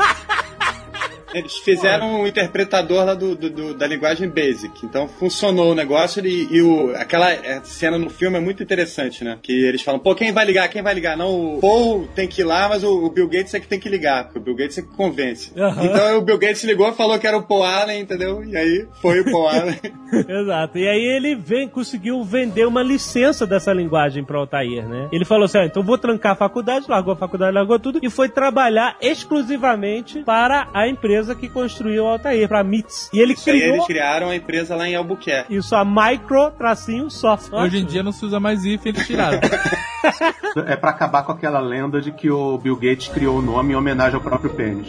Eles fizeram um interpretador lá do, do- do- da linguagem Basic. Então funcionou o negócio e, e o, aquela é, cena no filme é muito interessante, né? Que eles falam, pô, quem vai ligar? Quem vai ligar? Não, o Paul tem que ir lá, mas o, o Bill Gates é que tem que ligar, porque o Bill Gates é que convence. Aham. Então o Bill Gates ligou e falou que era o Paul Allen, entendeu? E aí foi o Paul Allen. Exato. E aí ele vem, conseguiu vender uma licença dessa linguagem para o Altair, né? Ele falou assim, ah, então vou trancar a faculdade, largou a faculdade, largou tudo, e foi trabalhar exclusivamente para a empresa que construiu o Altair, para a M I T S. E ele Isso aí criou eles criaram a empresa lá em Albuquerque. isso, a Micro-Soft. Hoje em dia não se usa mais if, eles tiraram. É pra acabar com aquela lenda de que o Bill Gates criou o nome em homenagem ao próprio pênis.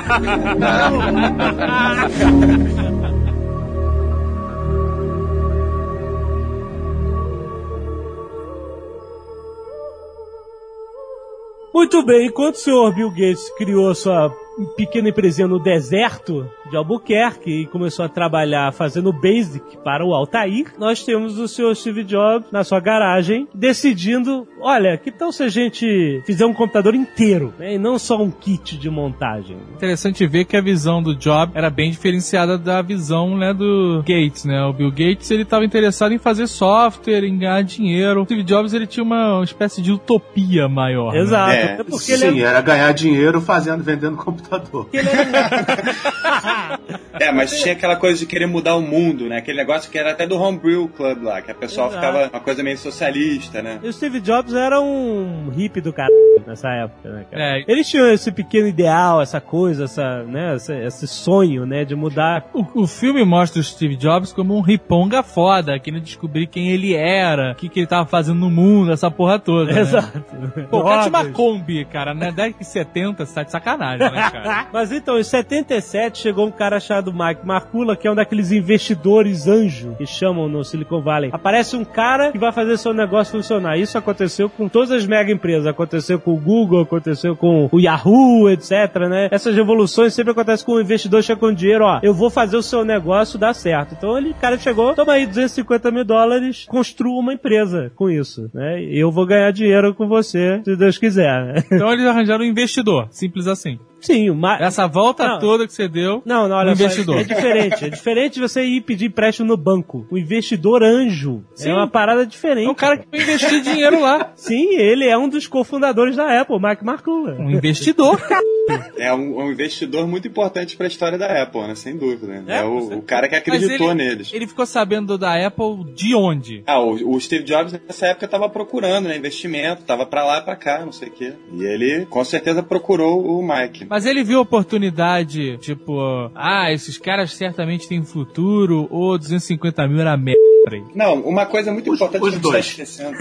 Muito bem, enquanto o senhor Bill Gates criou sua pequena empresinha no deserto de Albuquerque e começou a trabalhar fazendo Basic para o Altair, nós temos o senhor Steve Jobs na sua garagem decidindo, olha, que tal se a gente fizer um computador inteiro, né, e não só um kit de montagem. Interessante ver que a visão do Jobs era bem diferenciada da visão, né, do Gates, né? O Bill Gates, ele estava interessado em fazer software, em ganhar dinheiro. O Steve Jobs, ele tinha uma espécie de utopia maior. né? Exato, É, até porque Sim, ele é... era ganhar dinheiro fazendo, vendendo computador. porque ele é... É, mas tinha aquela coisa de querer mudar o mundo, né? Aquele negócio que era até do Homebrew Club lá, que a pessoa Exato. ficava uma coisa meio socialista, né? E o Steve Jobs era um hippie do cara nessa época, né, cara? É. Eles tinham esse pequeno ideal, essa coisa, essa, né, esse, esse sonho, né, de mudar. O, o filme mostra o Steve Jobs como um riponga foda, querendo descobrir quem ele era, o que, que ele tava fazendo no mundo, essa porra toda. Né? Exato. Pô, o cara tinha uma Drogas. Kombi, cara, na década de setenta, você tá de sacanagem, né, cara? Mas então, em setenta e sete chegou um cara chamado Mike Markula, que é um daqueles investidores anjo que chamam no Silicon Valley. Aparece um cara que vai fazer seu negócio funcionar. Isso aconteceu com todas as mega empresas. Aconteceu com o Google, aconteceu com o Yahoo, etc, né? Essas revoluções sempre acontecem com o investidor chega com dinheiro, ó, eu vou fazer o seu negócio dar certo. Então ele, o cara chegou, toma aí duzentos e cinquenta mil dólares, construa uma empresa com isso, né? E eu vou ganhar dinheiro com você, se Deus quiser. Então eles arranjaram um investidor, simples assim. Sim, mas... Essa volta não. toda que você deu Não, não, olha no investidor. só, é diferente. É diferente de você ir pedir empréstimo no banco. O investidor anjo Sim. é uma parada diferente. É um cara que vai investir dinheiro lá. Sim, ele é um dos cofundadores da Apple, Mike Markula. Um investidor, cara. É um, um investidor muito importante pra história da Apple, né? Sem dúvida. Né? É, É, o, o cara que acreditou Mas ele, neles. Ele ficou sabendo da Apple de onde? Ah, o, o Steve Jobs nessa época tava procurando, né? Investimento, tava pra lá e pra cá, não sei o quê. E ele, com certeza, procurou o Mike. Mas ele viu a oportunidade, tipo, ah, esses caras certamente têm futuro, ou duzentos e cinquenta mil era merda. Não, uma coisa muito Os- importante os que a gente dois. tá esquecendo.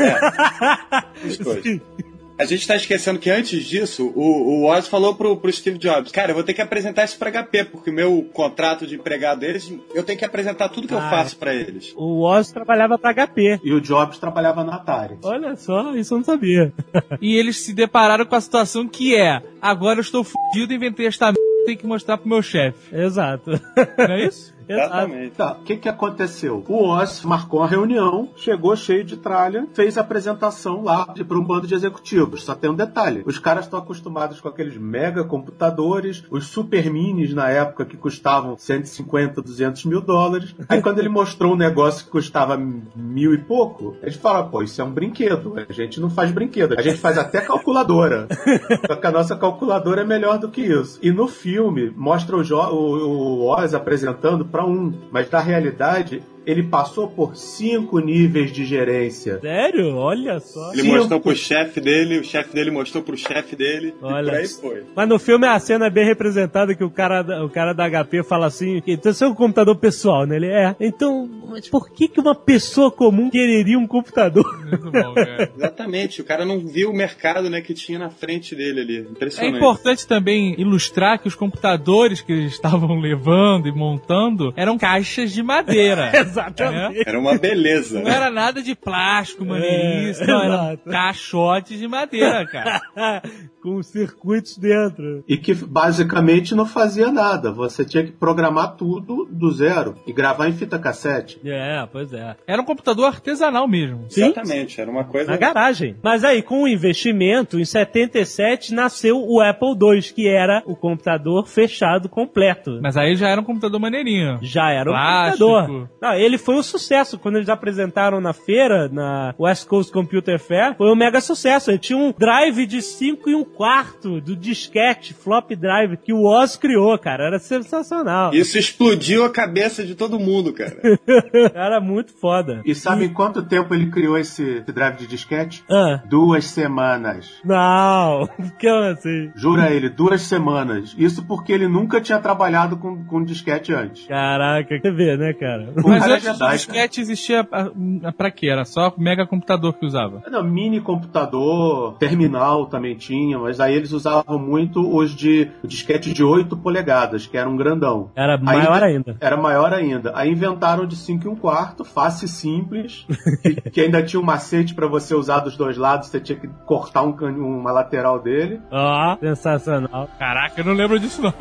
É, os dois. A gente tá esquecendo que antes disso, o, o Oz falou pro, pro Steve Jobs, cara, eu vou ter que apresentar isso pra H P, porque o meu contrato de empregado deles, eu tenho que apresentar tudo que eu Ah, faço pra eles. O Oz trabalhava pra H P. E o Jobs trabalhava na Atari. Olha só, isso eu não sabia. E eles se depararam com a situação que é, agora eu estou fudido, inventei esta merda, tenho que mostrar pro meu chefe. Exato. Não é isso? Exatamente. Tá, o que que aconteceu? O Oz marcou uma reunião, chegou cheio de tralha, fez a apresentação lá para um bando de executivos. Só tem um detalhe: os caras estão acostumados com aqueles mega computadores, os super minis na época que custavam cento e cinquenta, duzentos mil dólares. Aí quando ele mostrou um negócio que custava mil e pouco, eles falaram, pô, isso é um brinquedo. A gente não faz brinquedo, a gente faz até calculadora. Só que a nossa calculadora é melhor do que isso. E no filme, mostra o, jo- o, o Oz apresentando para um, mas na realidade ele passou por cinco níveis de gerência. Sério? Olha só. Ele Cinco. mostrou pro chefe dele, o chefe dele mostrou pro chefe dele, Olha. e por aí foi. Mas no filme a cena é bem representada que o cara, da- o cara da H P fala assim, que então seu computador pessoal, né? Ele é. Então, mas por que que uma pessoa comum quereria um computador? Muito bom, cara. Exatamente, o cara não viu o mercado, né, que tinha na frente dele ali. É Impressionante. importante também ilustrar que os computadores que eles estavam levando e montando eram caixas de madeira. Exatamente. Era uma beleza. Não era nada de plástico, maneiríssimo. É, Não, eram exato. caixotes de madeira, cara. Com circuitos dentro. E que basicamente não fazia nada. Você tinha que programar tudo do zero e gravar em fita cassete. É, pois é. Era um computador artesanal mesmo. Sim. Exatamente, era uma coisa... Na garagem. Mas aí, com o investimento, em setenta e sete nasceu o Apple dois, que era o computador fechado completo. Mas aí já era um computador maneirinho. Já era um Plástico. computador. Não, ele foi um sucesso. Quando eles apresentaram na feira, na West Coast Computer Fair, foi um mega sucesso. Ele tinha um drive de cinco e um quarto do disquete, flop drive, que o Oz criou, cara. Era sensacional. Isso explodiu a cabeça de todo mundo, cara. Era muito foda. E sabe em quanto tempo ele criou esse drive de disquete? Ah, Duas semanas. não. Que assim? Jura ele, duas semanas. Isso porque ele nunca tinha trabalhado com, com disquete antes. Caraca, você vê, né, cara? O Mas cara é antes do Jedi, disquete existia a- a- pra quê? Era só mega computador que usava. Não, mini computador, terminal também tinha, mas aí eles usavam muito os de o disquete de oito polegadas, que era um grandão. Era maior ainda. Era maior ainda. Aí inventaram de cinco e um quarto, fácil e simples, que, que ainda tinha um macete pra você usar dos dois lados, você tinha que cortar um, can- uma lateral dele. Ó, sensacional. Caraca, eu não lembro disso não.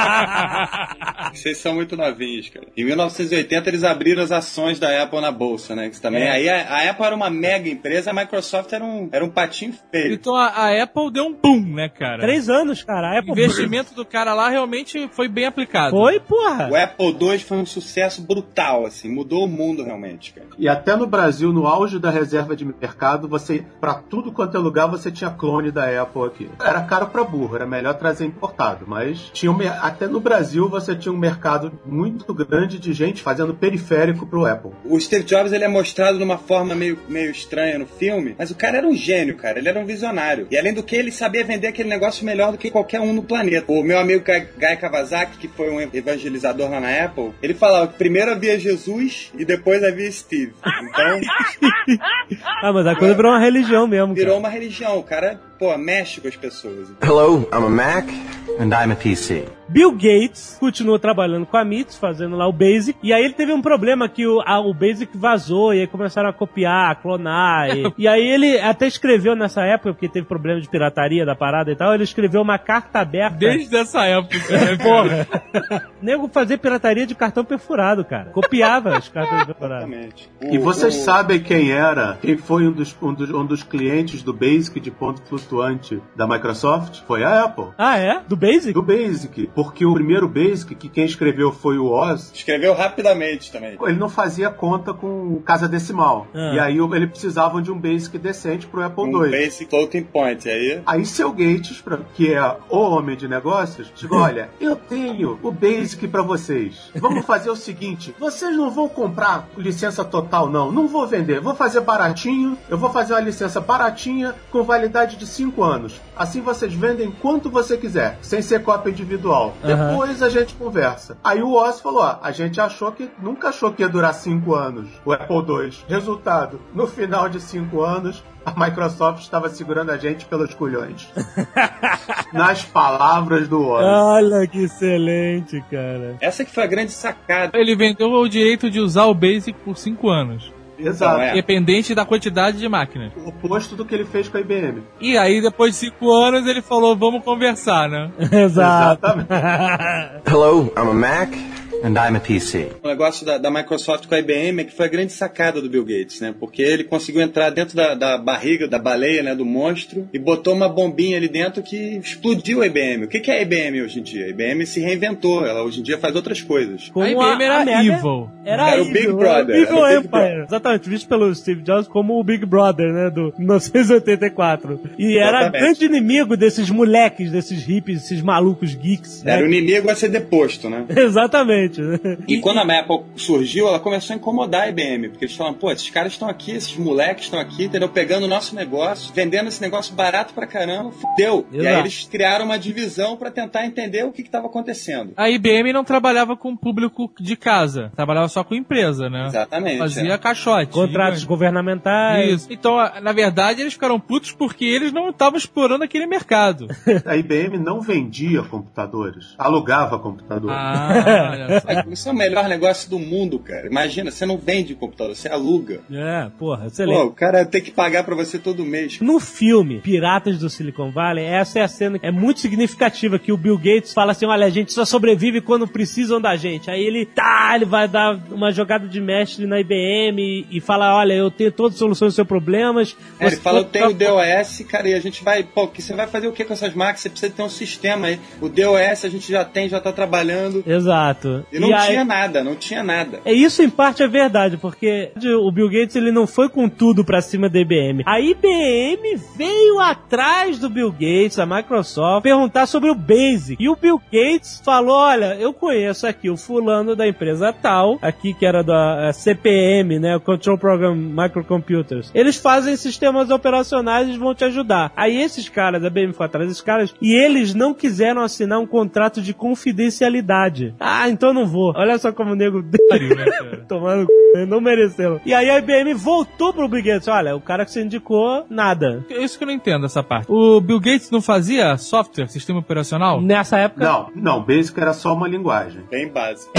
Vocês são muito novinhos, cara. Em mil novecentos e oitenta eles abriram as ações da Apple na bolsa, né? Que também, É. aí a, a Apple era uma mega empresa, a Microsoft era um, era um patinho feio. Então a, a Apple deu um boom, né, cara? Três anos, cara. A O Apple investimento do cara lá realmente foi bem aplicado. Foi, porra. O Apple dois foi um sucesso brutal, assim, mudou o mundo realmente, cara. E até no Brasil, no auge da reserva de mercado, você, pra tudo quanto é lugar, você tinha clone da Apple aqui. Era caro pra burro, era melhor trazer importado, mas tinha um, mer- até no Brasil você tinha um mercado muito grande de gente fazendo periférico pro Apple. O Steve Jobs, ele é mostrado de uma forma meio, meio estranha no filme, mas o cara era um gênio, cara, ele era um visionário. E além do que, ele sabia vender aquele negócio melhor do que qualquer um no planeta. O meu amigo Guy Guy Kawasaki, que foi um evangelizador lá na Apple, ele falava que primeiro havia Jesus e depois havia Steve. Então, Ah, mas a coisa virou uma religião mesmo, virou cara. uma religião. O cara, pô, mexe com as pessoas. Hello, I'm a Mac, and I'm a P C. Bill Gates continuou trabalhando com a M I T S, fazendo lá o Basic, e aí ele teve um problema que o, a- o Basic vazou, e aí começaram a copiar, a clonar, e, e aí ele até escreveu nessa época, porque teve problema de pirataria da parada e tal, ele escreveu uma carta aberta. Desde essa época, né, cara? Porra! Nego fazer pirataria de cartão perfurado, cara. Copiava as cartas perfuradas. Exatamente. E O- vocês o- sabem quem era, quem foi um dos, um dos, um dos clientes do Basic de ponto conceituante da Microsoft foi a Apple. Ah, é? Do Basic? Do Basic. Porque o primeiro Basic, que quem escreveu foi o Oz... Escreveu rapidamente também. Ele não fazia conta com casa decimal. Ah. E aí ele precisava de um Basic decente pro Apple um dois. Um Basic floating point. Aí... aí seu Gates, que é o homem de negócios, diz, olha, eu tenho o Basic pra vocês. Vamos fazer o seguinte, vocês não vão comprar licença total, não. Não vou vender. Vou fazer baratinho. Eu vou fazer uma licença baratinha com validade de cinco anos. Assim vocês vendem quanto você quiser, sem ser cópia individual. Uhum. Depois a gente conversa. Aí o Oz falou, ó, a gente achou que, nunca achou que ia durar cinco anos, o Apple dois. Resultado, no final de cinco anos, a Microsoft estava segurando a gente pelos culhões. Nas palavras do Oz. Olha que excelente, cara. Essa que foi a grande sacada. Ele vendeu o direito de usar o Basic por cinco anos. Exato. Então, é. Dependente da quantidade de máquinas. O oposto do que ele fez com a I B M. E aí, depois de cinco anos, ele falou, vamos conversar, né? Exato. Exatamente. Hello, I'm a Mac. And I'm a P C. O negócio da, da Microsoft com a I B M é que foi a grande sacada do Bill Gates, né? Porque ele conseguiu entrar dentro da, da barriga da baleia, né? Do monstro, e botou uma bombinha ali dentro que explodiu a I B M. O que, que é a I B M hoje em dia? A I B M se reinventou. Ela hoje em dia faz outras coisas. Como a I B M era a evil. Era, era evil, o Big Brother. Evil era o Big Empire. Brother. Exatamente. Visto pelo Steve Jobs como o Big Brother, né? Do mil novecentos e oitenta e quatro. E era Exatamente. grande inimigo desses moleques, desses hippies, esses malucos geeks. Era né? o inimigo a ser deposto, né? Exatamente. E quando a Apple surgiu, ela começou a incomodar a I B M, porque eles falaram, pô, esses caras estão aqui, esses moleques estão aqui, entendeu? Pegando o nosso negócio, vendendo esse negócio barato pra caramba, fudeu. Exato. E aí eles criaram uma divisão pra tentar entender o que estava acontecendo. A I B M não trabalhava com público de casa, trabalhava só com empresa, né? Exatamente. Fazia é. caixote. Contratos gigante. governamentais. Isso. Então, na verdade, eles ficaram putos porque eles não estavam explorando aquele mercado. A I B M não vendia computadores, alugava computadores. Ah, olha só. Isso é o melhor negócio do mundo, cara. Imagina, você não vende computador, você aluga. É, porra, excelente. Pô, o cara tem que pagar pra você todo mês. No filme Piratas do Silicon Valley, essa é a cena que é muito significativa, que o Bill Gates fala assim, olha, a gente só sobrevive quando precisam da gente. Aí ele, tá, ele vai dar uma jogada de mestre na I B M e, e fala, olha, eu tenho todas as soluções dos seus problemas. É, ele fala, eu tenho o D O S, cara, e a gente vai, pô, que você vai fazer o que com essas máquinas? Você precisa ter um sistema aí. O D O S a gente já tem, já tá trabalhando. Exato. E não e tinha aí... nada, não tinha nada. É, isso em parte é verdade, porque o Bill Gates ele não foi com tudo pra cima da I B M. A I B M veio atrás do Bill Gates, a Microsoft, perguntar sobre o Basic. E o Bill Gates falou, olha, eu conheço aqui o fulano da empresa tal, aqui que era da C P M, né, o Control Program Microcomputers. Eles fazem sistemas operacionais e vão te ajudar. Aí esses caras, a I B M foi atrás desses caras, e eles não quiseram assinar um contrato de confidencialidade. Ah, então eu não vou. Olha só como o nego tomando c... não mereceu. E aí a I B M voltou pro Bill Gates. Olha, o cara que você indicou, nada. É isso que eu não entendo, essa parte. O Bill Gates não fazia software, sistema operacional? Nessa época? Não, não. Basic era só uma linguagem. Bem básico.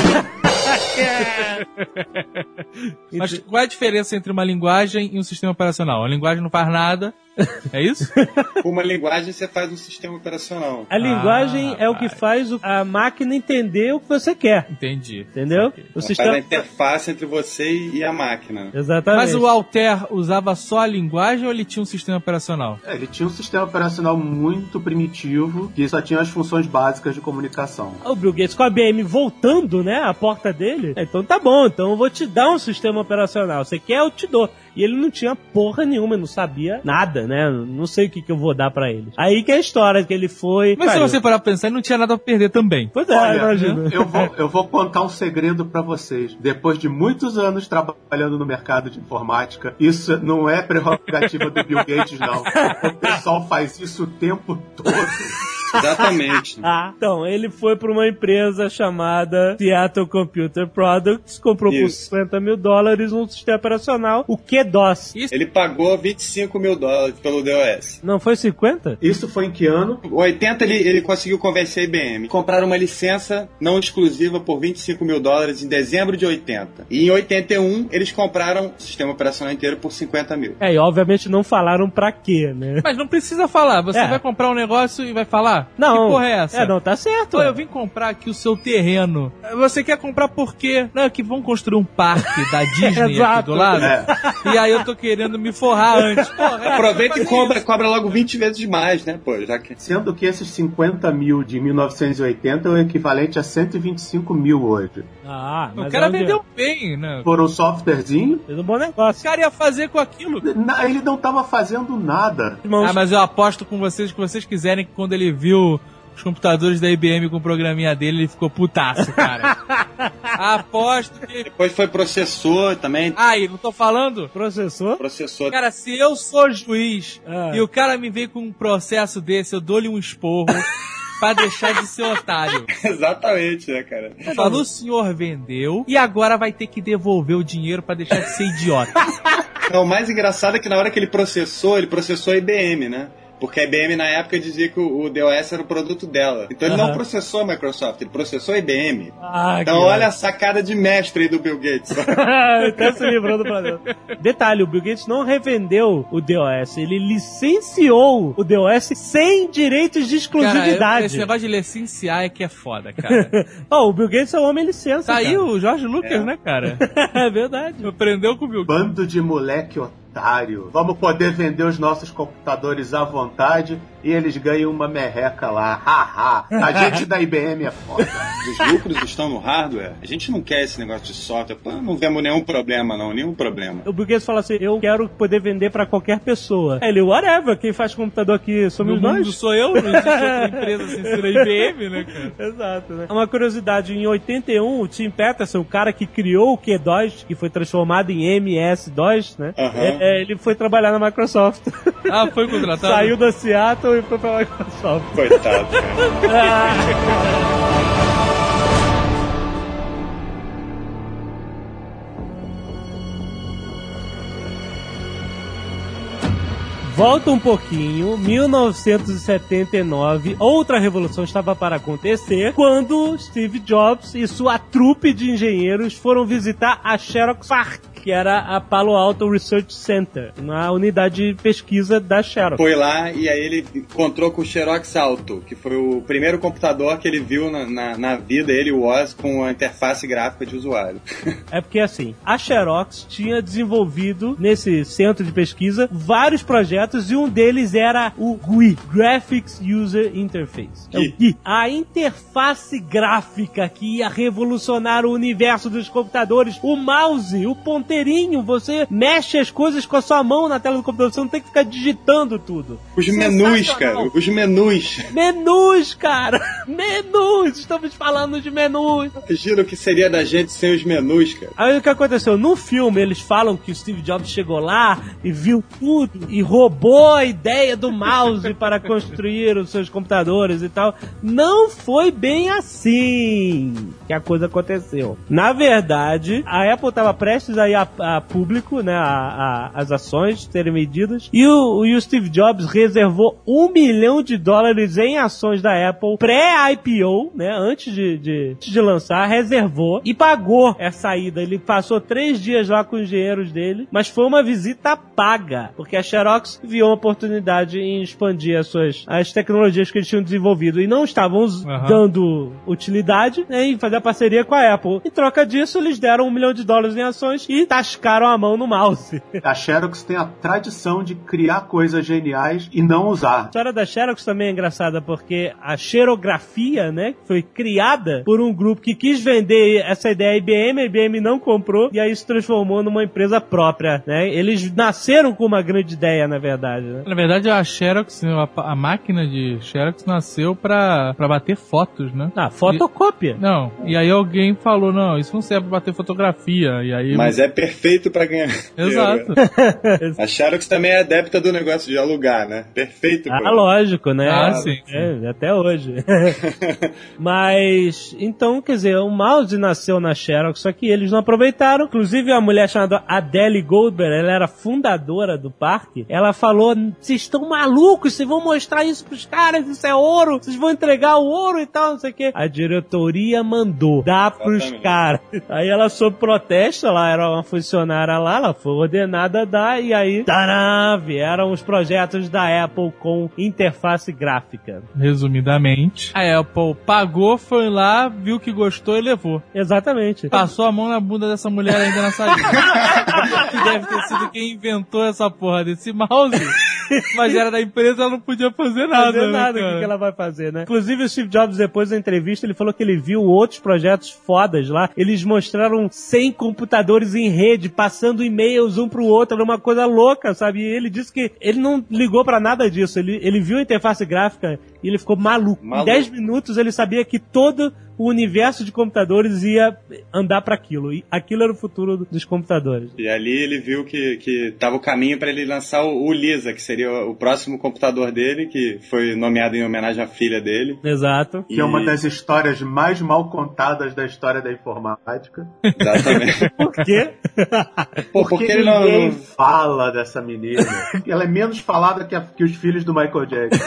Mas qual é a diferença entre uma linguagem e um sistema operacional? A linguagem não faz nada. É isso? Com uma linguagem você faz um sistema operacional. A linguagem ah, é o que faz a máquina entender o que você quer. Entendi. Entendeu? Okay. O sistema... Faz a interface entre você e a máquina. Exatamente. Mas o Altair usava só a linguagem ou ele tinha um sistema operacional? É, ele tinha um sistema operacional muito primitivo que só tinha as funções básicas de comunicação. O Bill Gates com a I B M voltando, né, à porta dele. Então tá bom, então eu vou te dar um sistema operacional. Você quer, eu te dou. E ele não tinha porra nenhuma, não sabia nada, né? Não sei o que, que eu vou dar pra ele. Aí que é a história, que ele foi... Mas Cara, se você parar pra pensar, ele não tinha nada pra perder também. Pois é, olha, imagina. Eu vou, eu vou contar um segredo pra vocês. Depois de muitos anos trabalhando no mercado de informática, isso não é prerrogativa do Bill Gates, não. O pessoal faz isso o tempo todo. Exatamente. Ah, então, ele foi para uma empresa chamada Seattle Computer Products, comprou Isso. por cinquenta mil dólares um sistema operacional, o Q-DOS. Isso. Ele pagou vinte e cinco mil dólares pelo D O S. Não foi cinquenta? Isso foi em que ano? Em oitenta ele, ele conseguiu convencer a I B M. Compraram uma licença não exclusiva por vinte e cinco mil dólares em dezembro de oitenta. E em oitenta e um eles compraram o sistema operacional inteiro por cinquenta mil. É, e obviamente não falaram pra quê, né? Mas não precisa falar. Você É. vai comprar um negócio e vai falar. comprar? Não. Que porra é essa? É, não, tá certo. Pô, eu vim comprar aqui o seu terreno. Você quer comprar por quê? Não, é que vão construir um parque da Disney aqui do lado. É. E aí eu tô querendo me forrar antes. Porra, é, aproveita e cobra, cobra logo vinte vezes mais, né, pô? Já que... Sendo que esses cinquenta mil de mil novecentos e oitenta é o equivalente a cento e vinte e cinco mil hoje. Ah, mas o cara é onde... vendeu bem, né? Por um softwarezinho. Fez um bom negócio. O cara ia fazer com aquilo. Ele não tava fazendo nada. Ah, mas eu aposto com vocês que vocês quiserem que quando ele viu os computadores da I B M com o programinha dele, ele ficou putaço, cara. Aposto que... Depois foi processor também. Aí, não tô falando? Processor? Processor. Cara, se eu sou juiz ah. e o cara me vem com um processo desse, eu dou-lhe um esporro pra deixar de ser otário. Exatamente, né, cara? Eu falo, o senhor vendeu e agora vai ter que devolver o dinheiro pra deixar de ser idiota. Não, o mais engraçado é que na hora que ele processou, ele processou a I B M, né? Porque a I B M na época dizia que o DOS era o produto dela. Então ele uhum. não processou a Microsoft, ele processou a I B M. Ah, então olha a sacada de mestre aí do Bill Gates. Então se livrou do problema. Detalhe, o Bill Gates não revendeu o DOS, ele licenciou o DOS sem direitos de exclusividade. Cara, esse negócio de licenciar é que é foda, cara. Oh, o Bill Gates é um homem licença, Tá cara. aí o George Lucas, é. né, cara? É verdade. Aprendeu com o Bill Gates. Bando de moleque otário. Vamos poder vender os nossos computadores à vontade e eles ganham uma merreca lá. Haha. A gente da I B M é foda. Os lucros estão no hardware. A gente não quer esse negócio de software. Pô, não vemos nenhum problema, não. Nenhum problema. O Bill Gates fala assim, eu quero poder vender pra qualquer pessoa. Ele, whatever, quem faz computador aqui somos no nós. Mundo sou eu, não existe outra empresa sem ser a I B M, né, cara? Exato, né? Uma curiosidade, em oitenta e um, o Tim Peterson, o cara que criou o Q DOS, que foi transformado em M S DOS, né? Uhum. É, ele foi trabalhar na Microsoft. Ah, foi contratado? Saiu da Seattle e foi pra Microsoft. Coitado, cara. Volta um pouquinho, mil novecentos e setenta e nove, outra revolução estava para acontecer, quando Steve Jobs e sua trupe de engenheiros foram visitar a Xerox Park, que era a Palo Alto Research Center, na unidade de pesquisa da Xerox. Foi lá e aí ele encontrou com o Xerox Alto, que foi o primeiro computador que ele viu na, na, na vida, ele e o Oz, com a interface gráfica de usuário. É porque assim, a Xerox tinha desenvolvido, nesse centro de pesquisa, vários projetos e um deles era o G U I, Graphics User Interface. É o G U I. A interface gráfica que ia revolucionar o universo dos computadores, o mouse, o ponteirinho, você mexe as coisas com a sua mão na tela do computador, você não tem que ficar digitando tudo. Os menus, cara, os menus. Menus, cara, menus, estamos falando de menus. Imagina o que seria da gente sem os menus, cara. Aí o que aconteceu? No filme eles falam que o Steve Jobs chegou lá e viu tudo e roubou a ideia do mouse para construir os seus computadores e tal. Não foi bem assim que a coisa aconteceu. Na verdade, a Apple estava prestes a ir a, a público, né, a, a, as ações serem medidas, e o, e o Steve Jobs reservou um milhão de dólares em ações da Apple pré-I P O, né, antes de, de, de lançar, reservou e pagou essa ida. Ele passou três dias lá com os engenheiros dele, mas foi uma visita paga, porque a Xerox viu uma oportunidade em expandir as suas as tecnologias que eles tinham desenvolvido e não estavam uhum. dando utilidade, né, em fazer a parceria com a Apple. Em troca disso, eles deram um milhão de dólares em ações e tascaram a mão no mouse. A Xerox tem a tradição de criar coisas geniais e não usar. A história da Xerox também é engraçada, porque a xerografia, né, foi criada por um grupo que quis vender essa ideia à I B M, a I B M não comprou, e aí se transformou numa empresa própria, né? Eles nasceram com uma grande ideia, na verdade, né? Na verdade, a Xerox, a, a máquina de Xerox nasceu pra, pra bater fotos, né? Ah, fotocópia. E, não, e aí alguém falou, não, isso não serve pra bater fotografia, e aí... Mas é perfeito pra ganhar. Exato. A Xerox também é adepta do negócio de alugar, né? Perfeito. Ah, pra... lógico, né? Ah, sim. sim. É, até hoje. Mas, então, quer dizer, o mouse nasceu na Xerox, só que eles não aproveitaram. Inclusive, uma mulher chamada Adele Goldberg, ela era fundadora do parque, ela falou, vocês estão malucos, vocês vão mostrar isso pros caras, isso é ouro, vocês vão entregar o ouro e tal, não sei o quê. A diretoria mandou dar pros caras. Aí ela, sob protesto, ela era uma funcionária lá, ela foi ordenada a dar, e aí, tadã, vieram os projetos da Apple com interface gráfica. Resumidamente, a Apple pagou, foi lá, viu que gostou e levou. Exatamente. Passou a mão na bunda dessa mulher ainda na salinha. Que deve ter sido quem inventou essa porra desse mouse. Mas era da empresa, ela não podia fazer nada. Fazer nada, né, o que, que ela vai fazer, né? Inclusive, o Steve Jobs, depois da entrevista, ele falou que ele viu outros projetos fodas lá. Eles mostraram cem computadores em rede, passando e-mails um pro outro, era uma coisa louca, sabe? E ele disse que ele não ligou pra nada disso. Ele, ele viu a interface gráfica e ele ficou maluco. maluco. Em dez minutos, ele sabia que todo o universo de computadores ia andar para aquilo. E aquilo era o futuro dos computadores. E ali ele viu que, que tava o caminho para ele lançar o, o Lisa, que seria o, o próximo computador dele, que foi nomeado em homenagem à filha dele. Exato. Que e... é uma das histórias mais mal contadas da história da informática. Exatamente. Por quê? Pô, porque, porque ninguém não... fala dessa menina. Ela é menos falada que, a, que os filhos do Michael Jackson.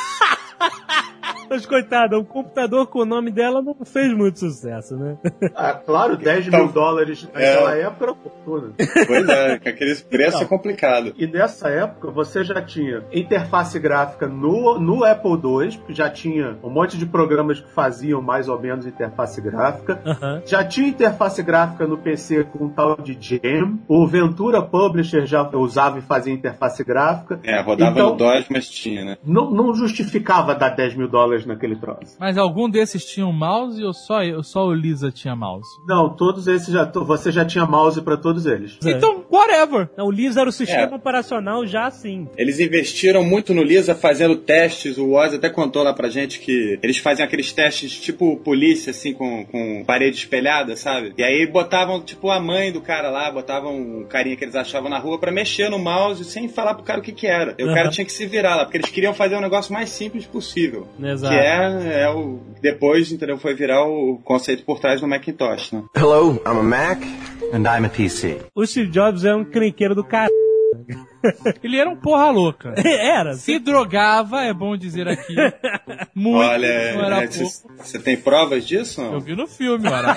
Mas, coitada, o computador com o nome dela não fez muito sucesso, né? Ah, claro, dez mil dólares naquela é... época era fortuna. Pois é, com aquele preço é complicado. E nessa época, você já tinha interface gráfica no, no Apple dois, que já tinha um monte de programas que faziam mais ou menos interface gráfica. Uh-huh. Já tinha interface gráfica no P C com um tal de Jam. O Ventura Publisher já usava e fazia interface gráfica. É, rodava então, no DOS, mas tinha, né? Não, não justificava dar dez mil dólares naquele troço. Mas algum desses tinha um mouse ou só, ou só o Lisa tinha mouse? Não, todos esses já... Você já tinha mouse pra todos eles. É. Então, whatever. Não, o Lisa era o sistema é. operacional já assim. Eles investiram muito no Lisa fazendo testes. O Oz até contou lá pra gente que eles faziam aqueles testes tipo polícia, assim, com, com parede espelhada, sabe? E aí botavam, tipo, a mãe do cara lá, botavam um carinha que eles achavam na rua pra mexer no mouse sem falar pro cara o que que era. E uhum. o cara tinha que se virar lá, porque eles queriam fazer um negócio mais simples possível. Exato. Que é, é o... Depois, entendeu? Foi virar o conceito por trás do Macintosh, né? Hello, I'm a Mac and I'm a P C. O Steve Jobs é um crinqueiro do cara. Ele era um porra louca. Era. Se drogava, é bom dizer aqui. Muito. Olha, você tem provas disso? Não? Eu vi no filme, olha.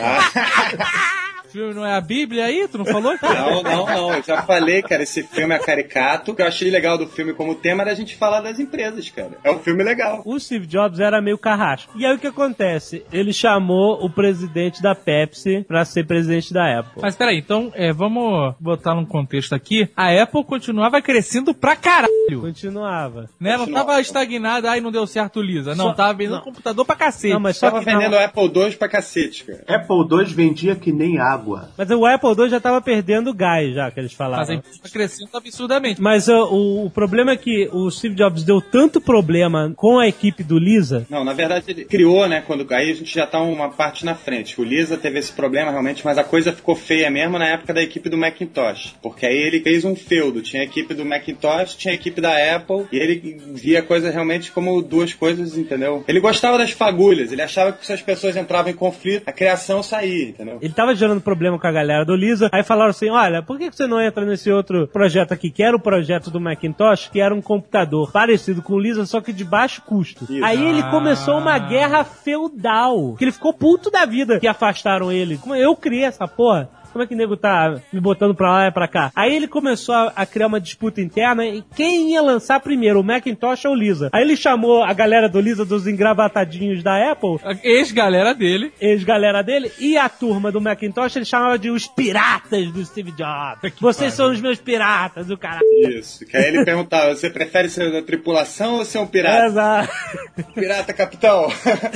O filme não é a Bíblia aí? Tu não falou? Não, não, não. Eu já falei, cara, esse filme é caricato. O que eu achei legal do filme como tema era a gente falar das empresas, cara. É um filme legal. O Steve Jobs era meio carrasco. E aí o que acontece? Ele chamou o presidente da Pepsi pra ser presidente da Apple. Mas peraí, então é, vamos botar num contexto aqui. A Apple continuava crescendo pra caralho. Continuava. Né? Não tava estagnada, aí não deu certo o Lisa. Não, Só... tava vendendo não. computador pra cacete. Não, mas tava vendendo o Apple dois pra cacete, cara. Apple dois vendia que nem água. Mas o Apple dois já tava perdendo gás, já, que eles falaram. Mas a empresa tá crescendo absurdamente. Mas uh, o, o problema é que o Steve Jobs deu tanto problema com a equipe do Lisa... Não, na verdade ele criou, né, quando aí a gente já tá uma parte na frente. O Lisa teve esse problema realmente, mas a coisa ficou feia mesmo na época da equipe do Macintosh. Porque aí ele fez um feudo. Tinha a equipe do Macintosh, tinha a equipe da Apple, e ele via a coisa realmente como duas coisas, entendeu? Ele gostava das fagulhas, ele achava que se as pessoas entravam em conflito, a criação saía, entendeu? Ele tava gerando problema com a galera do Lisa, aí falaram assim, olha, por que você não entra nesse outro projeto aqui, que era o projeto do Macintosh, que era um computador parecido com o Lisa, só que de baixo custo. Isso. Aí ele começou uma guerra feudal, que ele ficou puto da vida que afastaram ele. Como eu criei essa porra? Como é que o nego tá me botando pra lá e pra cá? Aí ele começou a, a criar uma disputa interna e quem ia lançar primeiro, o Macintosh ou o Lisa? Aí ele chamou a galera do Lisa, dos engravatadinhos da Apple. Ex-galera dele. Ex-galera dele. E a turma do Macintosh ele chamava de os piratas do Steve Jobs. Que Vocês são os meus piratas do caralho. Isso. Que aí ele perguntava, você prefere ser da tripulação ou ser um pirata? Exato. Pirata, capitão.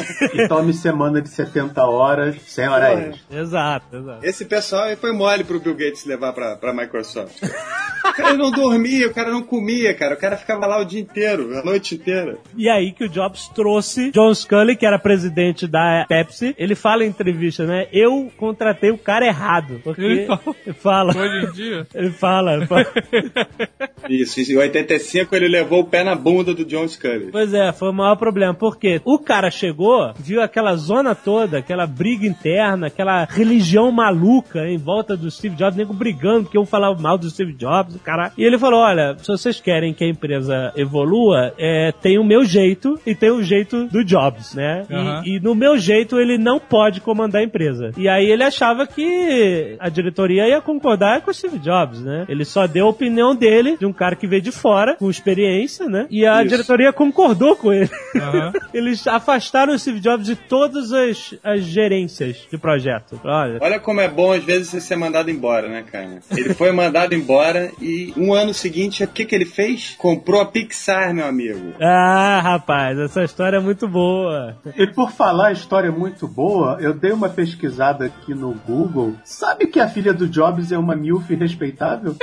E tome semana de setenta horas, cem horas extra. Exato, exato. Esse pessoal foi mole pro Bill Gates levar pra, pra Microsoft. O cara não dormia, o cara não comia, cara. O cara ficava lá o dia inteiro, a noite inteira. E aí que o Jobs trouxe John Sculley, que era presidente da Pepsi. Ele fala em entrevista, né? Eu contratei o cara errado. Porque ele fala. Ele fala. Hoje em dia? Ele fala. Ele fala. Isso, em oitenta e cinco ele levou o pé na bunda do John Sculley. Pois é, foi o maior problema problema, porque o cara chegou, viu aquela zona toda, aquela briga interna, aquela religião maluca em volta do Steve Jobs, nego brigando, porque um falava mal do Steve Jobs, cara. E ele falou, olha, se vocês querem que a empresa evolua, é, tem o meu jeito e tem o jeito do Jobs, né? Uhum. E, e no meu jeito ele não pode comandar a empresa. E aí ele achava que a diretoria ia concordar com o Steve Jobs, né? Ele só deu a opinião dele, de um cara que veio de fora, com experiência, né? E a Isso. diretoria concordou com ele. Uhum. Eles afastaram o Steve Jobs de todas as, as gerências de projeto. Olha. Olha como é bom, às vezes, você ser mandado embora, né, cara? Ele foi mandado embora e um ano seguinte, o que que ele fez? Comprou a Pixar, meu amigo. Ah, rapaz, essa história é muito boa. E por falar história muito boa, eu dei uma pesquisada aqui no Google. Sabe que a filha do Jobs é uma milf respeitável?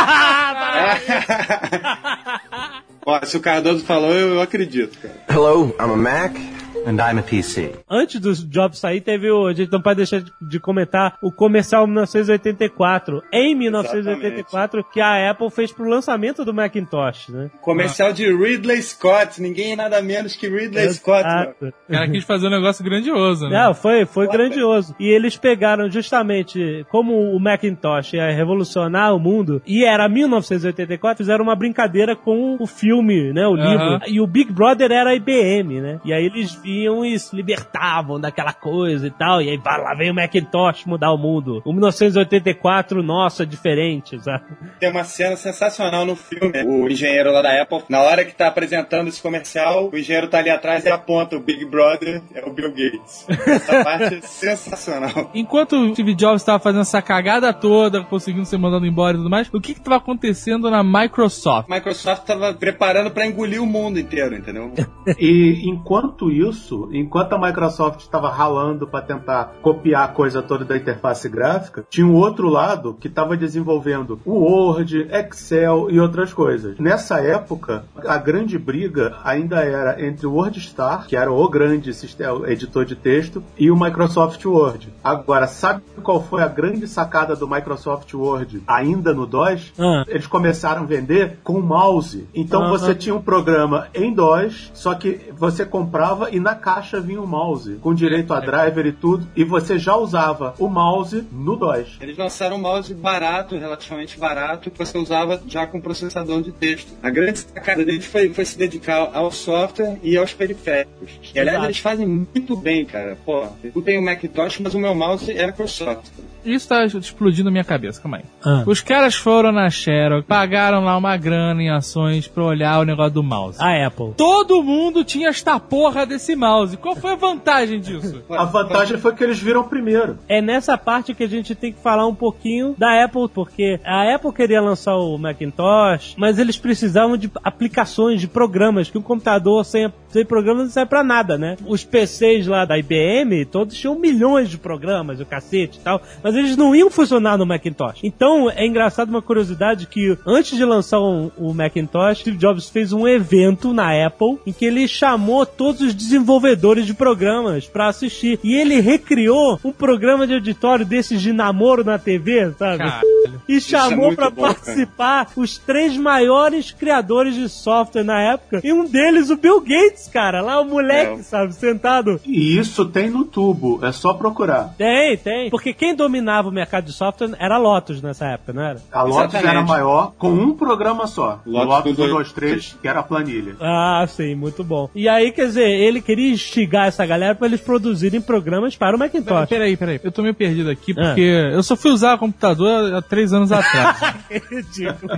Ó, se o Cardoso falou, eu, eu acredito, cara. Hello, I'm a Mac. And I'm a P C. Antes do Jobs sair, teve o... A gente não pode deixar de, de comentar o comercial mil novecentos e oitenta e quatro. Em mil novecentos e oitenta e quatro, Exatamente. Que a Apple fez pro lançamento do Macintosh, né? Comercial ah. de Ridley Scott. Ninguém nada menos que Ridley Exato. Scott. O cara quis fazer um negócio grandioso, né? Não, foi, foi grandioso. E eles pegaram justamente como o Macintosh ia revolucionar o mundo, e era mil novecentos e oitenta e quatro, fizeram uma brincadeira com o filme, né? O uh-huh. livro. E o Big Brother era a I B M, né? E aí eles iam e se libertavam daquela coisa e tal, e aí vai, lá vem o Macintosh mudar o mundo. O mil novecentos e oitenta e quatro, nossa, diferente, sabe? Tem uma cena sensacional no filme. O engenheiro lá da Apple, na hora que tá apresentando esse comercial, o engenheiro tá ali atrás e aponta o Big Brother, é o Bill Gates. Essa parte é sensacional. Enquanto o Steve Jobs estava fazendo essa cagada toda, conseguindo ser mandado embora e tudo mais, o que que tava acontecendo na Microsoft? A Microsoft tava preparando pra engolir o mundo inteiro, entendeu? E enquanto isso, enquanto a Microsoft estava ralando para tentar copiar a coisa toda da interface gráfica, tinha um outro lado que estava desenvolvendo o Word, Excel e outras coisas. Nessa época, a grande briga ainda era entre o WordStar, que era o grande sistema, editor de texto, e o Microsoft Word. Agora, sabe qual foi a grande sacada do Microsoft Word ainda no DOS? Ah. Eles começaram a vender com mouse. Então, ah, você ah. tinha um programa em DOS, só que você comprava e na caixa vinha o mouse, com direito a driver e tudo, e você já usava o mouse no DOS. Eles lançaram um mouse barato, relativamente barato, que você usava já com processador de texto. A grande sacada deles foi, foi se dedicar ao software e aos periféricos. E, aliás, eles fazem muito bem, cara. Pô, eu tenho o Macintosh, mas o meu mouse é Microsoft. Isso tá explodindo na minha cabeça, calma aí. Ah. Os caras foram na Xerox, pagaram lá uma grana em ações pra olhar o negócio do mouse. A Apple. Todo mundo tinha esta porra desse mouse. Qual foi a vantagem disso? A vantagem foi que eles viram primeiro. É nessa parte que a gente tem que falar um pouquinho da Apple, porque a Apple queria lançar o Macintosh, mas eles precisavam de aplicações, de programas, que um computador sem, sem programa não serve pra nada, né? Os P Cs lá da I B M, todos tinham milhões de programas, o cacete e tal, mas eles não iam funcionar no Macintosh. Então, é engraçado uma curiosidade que antes de lançar um, o Macintosh, Steve Jobs fez um evento na Apple em que ele chamou todos os desenvolvedores de programas pra assistir. E ele recriou um programa de auditório desses de namoro na T V, sabe? Caralho. E chamou é pra bom, participar cara. Os três maiores criadores de software na época. E um deles, o Bill Gates, cara. Lá o moleque, é. sabe? Sentado. E isso tem no tubo. É só procurar. Tem, tem. Porque quem dominava o mercado de software era a Lotus nessa época, não era? A Lotus Exatamente. Era maior com um programa só. Lotus, Lotus um, dois, três, que era a planilha. Ah, sim. Muito bom. E aí, quer dizer, ele queria instigar essa galera pra eles produzirem programas para o Macintosh. Peraí, peraí. Eu tô meio perdido aqui porque ah. eu só fui usar o computador há três anos atrás. Ridículo.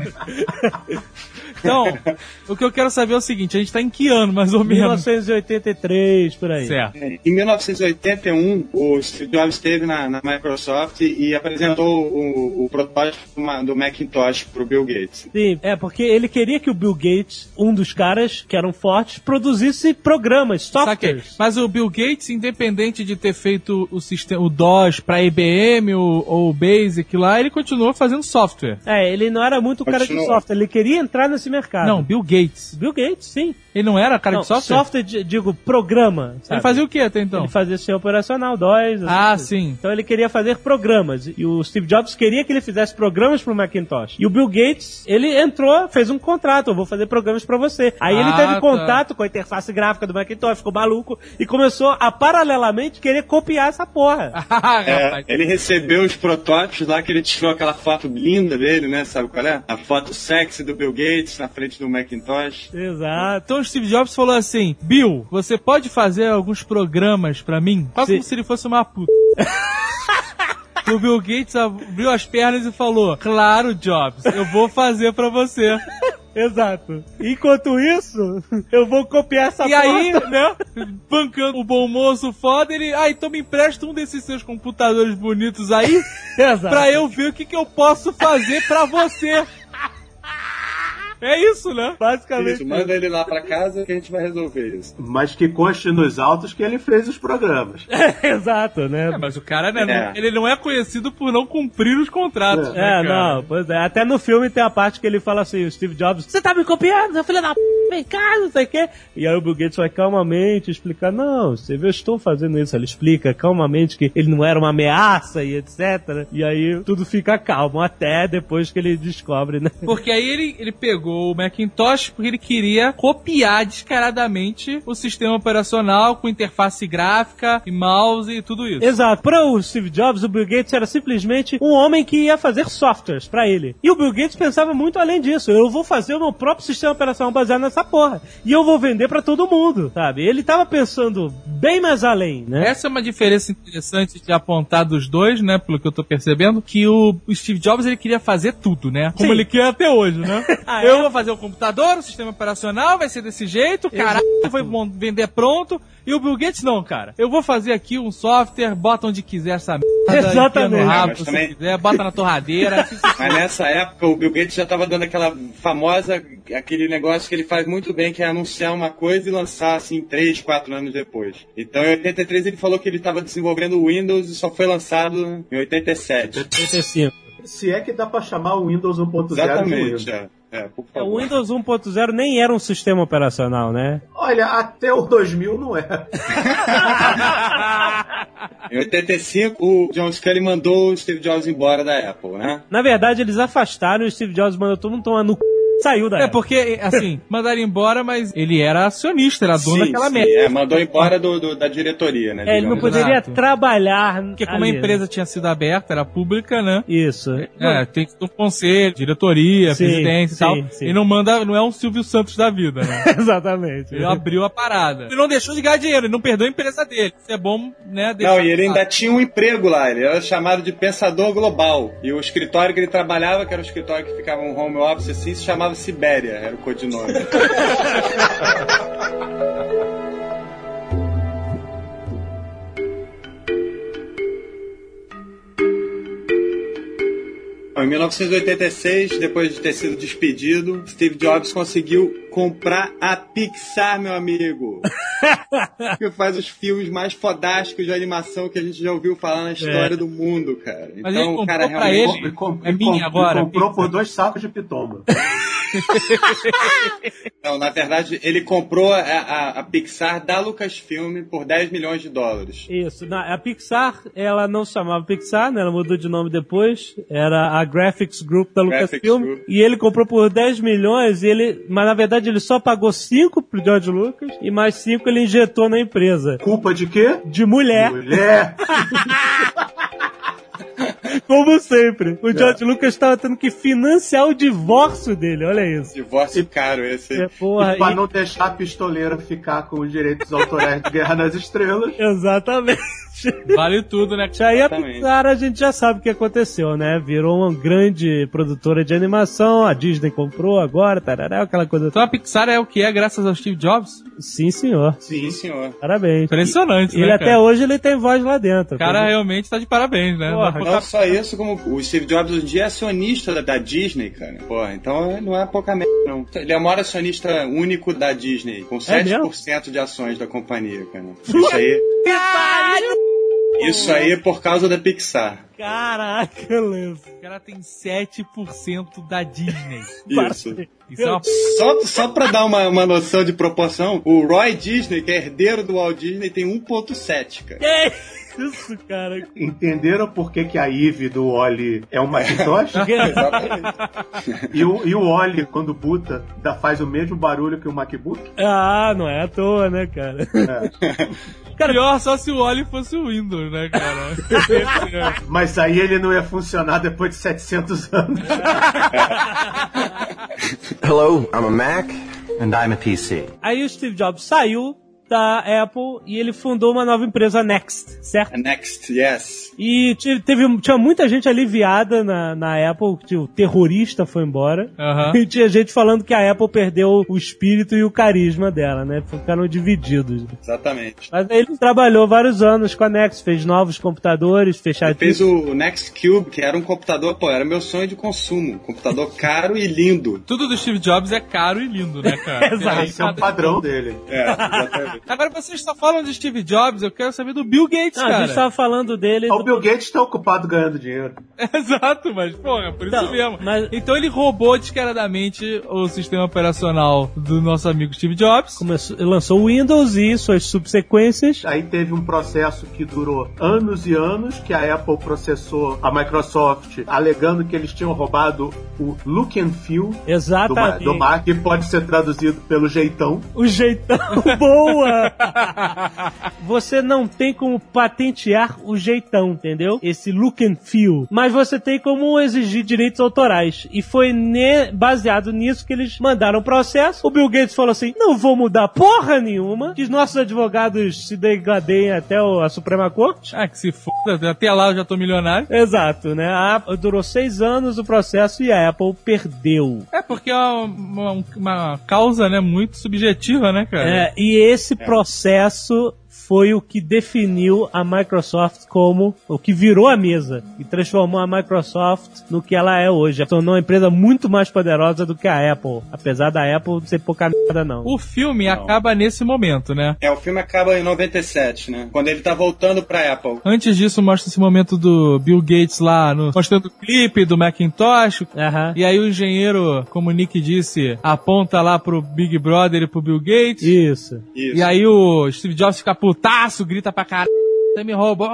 Então, o que eu quero saber é o seguinte, a gente tá em que ano, mais ou menos? mil novecentos e oitenta e três, por aí. Certo. Em mil novecentos e oitenta e um, o Steve Jobs esteve na, na Microsoft e apresentou o, o protótipo do Macintosh pro Bill Gates. Sim, é, porque ele queria que o Bill Gates, um dos caras que eram fortes, produzisse programas, softwares. Mas o Bill Gates, independente de ter feito o, sistema, o DOS pra I B M ou, ou o Basic lá, ele continuou fazendo software. É, ele não era muito o cara de software, ele queria entrar nesse mercado. Não, Bill Gates. Bill Gates, sim. Ele não era cara não, de software? Software, digo, programa. Sabe? Ele fazia o que até então? Ele fazia sistema operacional, DOS. Ah, assim. sim. Então ele queria fazer programas. E o Steve Jobs queria que ele fizesse programas pro Macintosh. E o Bill Gates, ele entrou, fez um contrato. Eu vou fazer programas pra você. Aí ah, ele teve tá. contato com a interface gráfica do Macintosh, ficou maluco e começou a, paralelamente, querer copiar essa porra. é, ele recebeu os protótipos lá, que ele tirou aquela foto linda dele, né? Sabe qual é? A foto sexy do Bill Gates na frente do Macintosh. Exato. Então o Steve Jobs falou assim: Bill, você pode fazer alguns programas pra mim? Quase como se ele fosse uma puta. O Bill Gates abriu as pernas e falou: claro, Jobs, eu vou fazer pra você. Exato. Enquanto isso, eu vou copiar essa e porra. E aí, né, bancando o bom moço foda, ele... Ah, então me empresta um desses seus computadores bonitos aí, Exato. Pra eu ver o que, que eu posso fazer pra você. É isso, né? Basicamente. Isso, manda ele lá pra casa que a gente vai resolver isso. Mas que conste nos autos que ele fez os programas. É, exato, né? É, mas o cara, né, é. não, ele não é conhecido por não cumprir os contratos. É, né, é não, pois é. Até no filme tem a parte que ele fala assim, o Steve Jobs, você tá me copiando, seu filho da p, vem cá, não sei o quê. E aí o Bill Gates vai calmamente explicar, não, você vê, eu estou fazendo isso. Ele explica calmamente que ele não era uma ameaça e etcétera. E aí tudo fica calmo, até depois que ele descobre, né? Porque aí ele, ele pegou o Macintosh porque ele queria copiar descaradamente o sistema operacional com interface gráfica e mouse e tudo isso. Exato. Para o Steve Jobs, o Bill Gates era simplesmente um homem que ia fazer softwares para ele. E o Bill Gates pensava muito além disso. Eu vou fazer o meu próprio sistema operacional baseado nessa porra. E eu vou vender para todo mundo, sabe? Ele tava pensando bem mais além, né? Essa é uma diferença interessante de apontar dos dois, né? Pelo que eu tô percebendo, que o Steve Jobs, ele queria fazer tudo, né? Como Sim. ele quer até hoje, né? ah, eu é? vou fazer o computador, o sistema operacional vai ser desse jeito, caralho, vai vender pronto. E o Bill Gates não, cara. Eu vou fazer aqui um software, bota onde quiser essa merda. Exatamente. No rabo, se também... quiser, bota na torradeira. Mas nessa época o Bill Gates já tava dando aquela famosa, aquele negócio que ele faz muito bem, que é anunciar uma coisa e lançar assim três, quatro anos depois. Então em oitenta e três ele falou que ele estava desenvolvendo o Windows e só foi lançado em oitenta e sete. oitenta e cinco. Se é que dá pra chamar o Windows um ponto zero. Exatamente, é. É, por favor. O Windows um ponto zero nem era um sistema operacional, né? Olha, até o dois mil não era. Em oitenta e cinco, o John Scully mandou o Steve Jobs embora da Apple, né? Na verdade, eles afastaram e o Steve Jobs mandou todo mundo tomar no c... Saiu da É, Apple. porque, assim, mandaram embora, mas ele era acionista, era dono sim, daquela sim, merda. É, mandou embora do, do, da diretoria, né? É, ele não poderia Exato. trabalhar. Porque como ali, a empresa né? tinha sido aberta, era pública, né? Isso. É, tem que ter um conselho, diretoria, Sim, presidência e sim, tal. sim. E não manda, não é um Silvio Santos da vida, né? Exatamente. Ele abriu a parada. Ele não deixou de ganhar dinheiro, ele não perdeu a empresa dele. Isso é bom, né? Não, e ele ainda tinha um emprego lá, ele era chamado de pensador global. E o escritório que ele trabalhava, que era um escritório que ficava um home office assim, se chamava Sibéria, era o codinome. Em mil novecentos e oitenta e seis, depois de ter sido despedido, Steve Jobs conseguiu comprar a Pixar, meu amigo. Que faz os filmes mais fodásticos de animação que a gente já ouviu falar na história é. do mundo, cara. Mas então, ele o cara pra realmente... ele, Ele comp- é minha comp- agora. Ele comprou Pixar. por dois sacos de pitomba. Não, na verdade, ele comprou a, a, a Pixar da Lucasfilm por dez milhões de dólares. Isso. Na, a Pixar, ela não se chamava Pixar, né? Ela mudou de nome depois. Era a Graphics Group da Graphics Lucasfilm. Group. E ele comprou por dez milhões, e ele, mas na verdade ele só pagou cinco pro George Lucas e mais cinco ele injetou na empresa. Culpa de quê? De mulher. Mulher! Como sempre. O George é. Lucas estava tendo que financiar o divórcio dele, olha isso. Divórcio caro esse. É, porra, e pra e... não deixar a pistoleira ficar com os direitos autorais de Guerra nas Estrelas. Exatamente. Vale tudo, né? Aí a Pixar a gente já sabe o que aconteceu, né? Virou uma grande produtora de animação, a Disney comprou agora, tarará, aquela coisa. Então a Pixar é o que é graças ao Steve Jobs? Sim, senhor. Sim, senhor. Parabéns. Impressionante, e, né, ele cara? até hoje ele tem voz lá dentro. O cara tá realmente tá de parabéns, né? Porra, não só isso, como o Steve Jobs hoje em dia é acionista da, da Disney, cara. Porra, então não é pouca merda, não. Ele é o maior acionista único da Disney, com sete por cento é de ações da companhia, cara. Isso aí... Isso aí é por causa da Pixar. Caraca, Lance. O cara tem sete por cento da Disney. Isso. Isso é uma... Só, só pra dar uma, uma noção de proporção, o Roy Disney, que é herdeiro do Walt Disney, tem um ponto sete, cara. Que isso, cara? Entenderam por que, que a Eve do Wally é um Macintosh? Exatamente. E o, e o Wally, quando buta, dá, faz o mesmo barulho que o MacBook? Ah, não é à toa, né, cara? É. Cara, pior só se o Wally fosse o Windows, né, cara? Mas aí ele não ia funcionar depois de setecentos anos. Hello, I'm a Mac, and I'm a P C. Aí o Steve Jobs saiu da Apple e ele fundou uma nova empresa, a Next, certo? A Next, yes. E teve, tinha muita gente aliviada na, na Apple, que o terrorista foi embora. Uhum. E tinha gente falando que a Apple perdeu o espírito e o carisma dela, né? Ficaram divididos. Exatamente. Mas ele trabalhou vários anos com a Next, fez novos computadores, fechadinhos. Ele fez o Next Cube, que era um computador, pô, era meu sonho de consumo. Um computador caro e lindo. Tudo do Steve Jobs é caro e lindo, né, cara? Exato. Esse é o padrão dele. É, exatamente. Agora vocês estão falando de Steve Jobs, eu quero saber do Bill Gates, Não, cara. a gente tava falando dele... O Bill Gates tá ocupado ganhando dinheiro. Exato, mas, porra, por isso Não, mesmo. mas- Então ele roubou descaradamente o sistema operacional do nosso amigo Steve Jobs. Começou, lançou o Windows e suas subsequências. Aí teve um processo que durou anos e anos, que a Apple processou a Microsoft, alegando que eles tinham roubado o look and feel do, Ma- Exatamente. do Mac, que pode ser traduzido pelo jeitão. O jeitão. Boa! Você não tem como patentear o jeitão, entendeu? Esse look and feel. Mas você tem como exigir direitos autorais. E foi ne- baseado nisso que eles mandaram o processo. O Bill Gates falou assim, não vou mudar porra nenhuma, que os nossos advogados se degradem até o- a Suprema Corte. Ah, que se foda, até lá eu já tô milionário. Exato, né? A Apple durou seis anos o processo e a Apple perdeu. É, porque é uma, uma, uma causa, né, muito subjetiva, né, cara? É, e esse processo foi o que definiu a Microsoft como o que virou a mesa e transformou a Microsoft no que ela é hoje. Tornou uma empresa muito mais poderosa do que a Apple, apesar da Apple não ser pouca merda, não. O filme Não. acaba nesse momento, né? É, o filme acaba em noventa e sete, né? Quando ele tá voltando pra Apple. Antes disso, mostra esse momento do Bill Gates lá, no, mostrando o clipe do Macintosh. Aham. E aí o engenheiro, como o Nick disse, aponta lá pro Big Brother e pro Bill Gates. Isso. Isso. E aí o Steve Jobs fica putaço, grita pra caralho, você me roubou.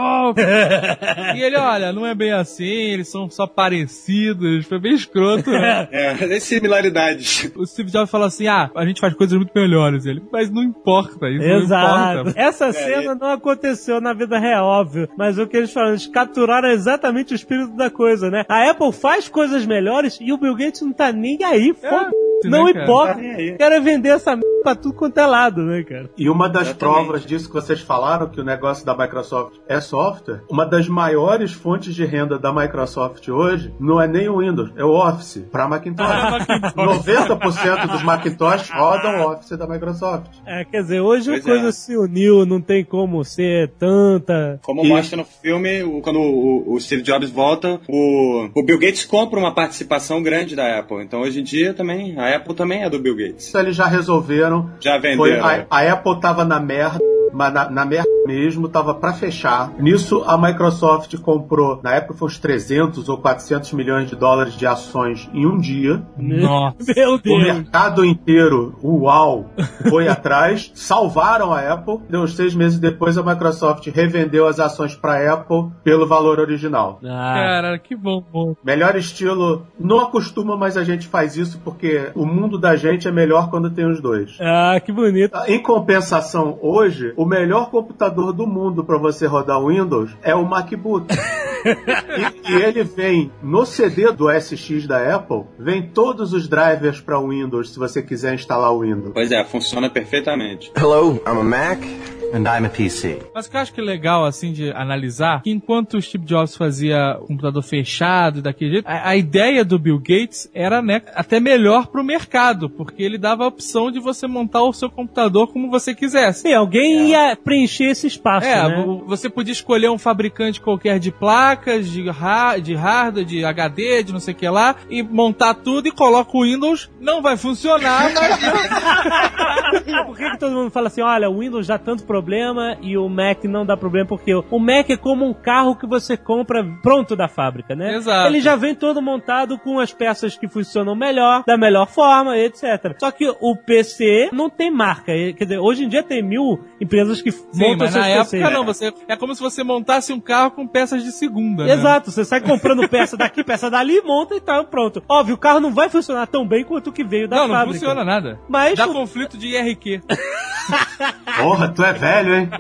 E ele, olha, não é bem assim, eles são só parecidos. Foi bem escroto, né? É, tem similaridades. O Steve Jobs fala assim, ah, a gente faz coisas muito melhores. Ele, mas não importa, isso Exato. não importa. Essa cena não aconteceu na vida real, óbvio. Mas o que eles falaram, eles capturaram exatamente o espírito da coisa, né? A Apple faz coisas melhores e o Bill Gates não tá nem aí. Foda. É, Não né, cara? importa. Tá nem aí. Quero vender essa merda pra tudo quanto é lado, né, cara? E uma das Exatamente. provas disso que vocês falaram, que o negócio da Microsoft é software, uma das maiores fontes de renda da Microsoft hoje não é nem o Windows, é o Office, para Macintosh. noventa por cento dos Macintosh rodam o Office da Microsoft. É, quer dizer, hoje Pois a coisa é. se uniu, não tem como ser tanta... Como E- mostra no filme, o- quando o, o Steve Jobs volta, o, o Bill Gates compra uma participação grande da Apple. Então hoje em dia também, a Apple também é do Bill Gates. Isso eles já resolveram. Já venderam. Foi, a, né? a Apple tava na merda, mas na, na merda mesmo, tava pra fechar. Nisso, a Microsoft comprou, na época foi uns trezentos ou quatrocentos milhões de dólares de ações em um dia. Nossa. Meu O Deus! mercado inteiro, uau, foi atrás, salvaram a Apple. Deu uns seis meses depois, a Microsoft revendeu as ações para Apple pelo valor original. Ah, Cara, que bom, bom. Melhor estilo, não acostuma, mas a gente faz isso porque o mundo da gente é melhor quando tem os dois. ah, que bonito. Em compensação, hoje, o melhor computador do mundo para você rodar o Windows é o MacBook. e, e ele vem no C D do S X da Apple, vem todos os drivers para o Windows, se você quiser instalar o Windows. Pois é, funciona perfeitamente. Hello, I'm a Mac, and I'm a P C. Mas o que eu acho que é legal, assim, de analisar, que enquanto o Steve Jobs fazia o computador fechado, daquele jeito, a, a ideia do Bill Gates era, né, até melhor pro mercado, porque ele dava a opção de você montar o seu computador como você quisesse. Sim, alguém ia preencher esse espaço, É, né? vo- você podia escolher um fabricante qualquer de placas, de, ha- de hardware, de H D, de não sei o que lá, e montar tudo e coloca o Windows. Não vai funcionar, mas... Por que, que todo mundo fala assim, olha, o Windows dá tanto problema problema e o Mac não dá problema, porque o Mac é como um carro que você compra pronto da fábrica, né? Exato. Ele já vem todo montado com as peças que funcionam melhor, da melhor forma, etcétera. Só que o P C não tem marca. Quer dizer, hoje em dia tem mil empresas que Sim, montam mas seus na P Cs. época não, você, é como se você montasse um carro com peças de segunda, né? Exato, você sai comprando peça daqui, peça dali, monta e tá pronto. Óbvio, o carro não vai funcionar tão bem quanto o que veio da não, fábrica. Não, não funciona nada. Mas dá o... conflito de I R Q. Porra, tu é velho, hein?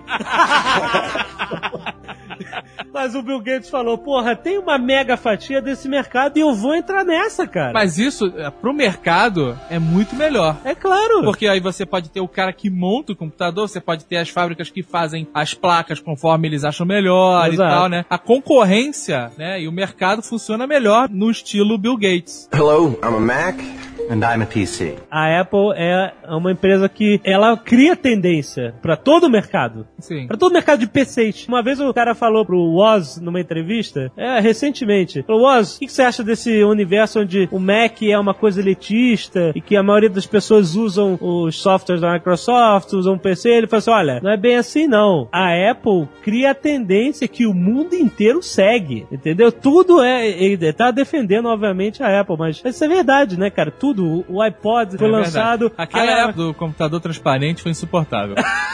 Mas o Bill Gates falou, porra, tem uma mega fatia desse mercado e eu vou entrar nessa, cara. Mas isso, pro mercado, é muito melhor. É claro. Porque aí você pode ter o cara que monta o computador, você pode ter as fábricas que fazem as placas conforme eles acham melhor. Exato. E tal, né? A concorrência, né, e o mercado funciona melhor no estilo Bill Gates. Hello, I'm a Mac. And I'm a P C. A Apple é uma empresa que ela cria tendência pra todo o mercado. Sim. Pra todo o mercado de P Cs. Uma vez o cara falou pro Woz numa entrevista, é, recentemente, falou, Woz, o que você acha desse universo onde o Mac é uma coisa elitista e que a maioria das pessoas usam os softwares da Microsoft, usam o P C? Ele falou assim, olha, não é bem assim não. A Apple cria a tendência que o mundo inteiro segue, entendeu? Tudo é, ele tá defendendo obviamente a Apple, mas isso é verdade, né, cara? Tudo. O iPod foi é lançado... Aquela época do computador transparente foi insuportável.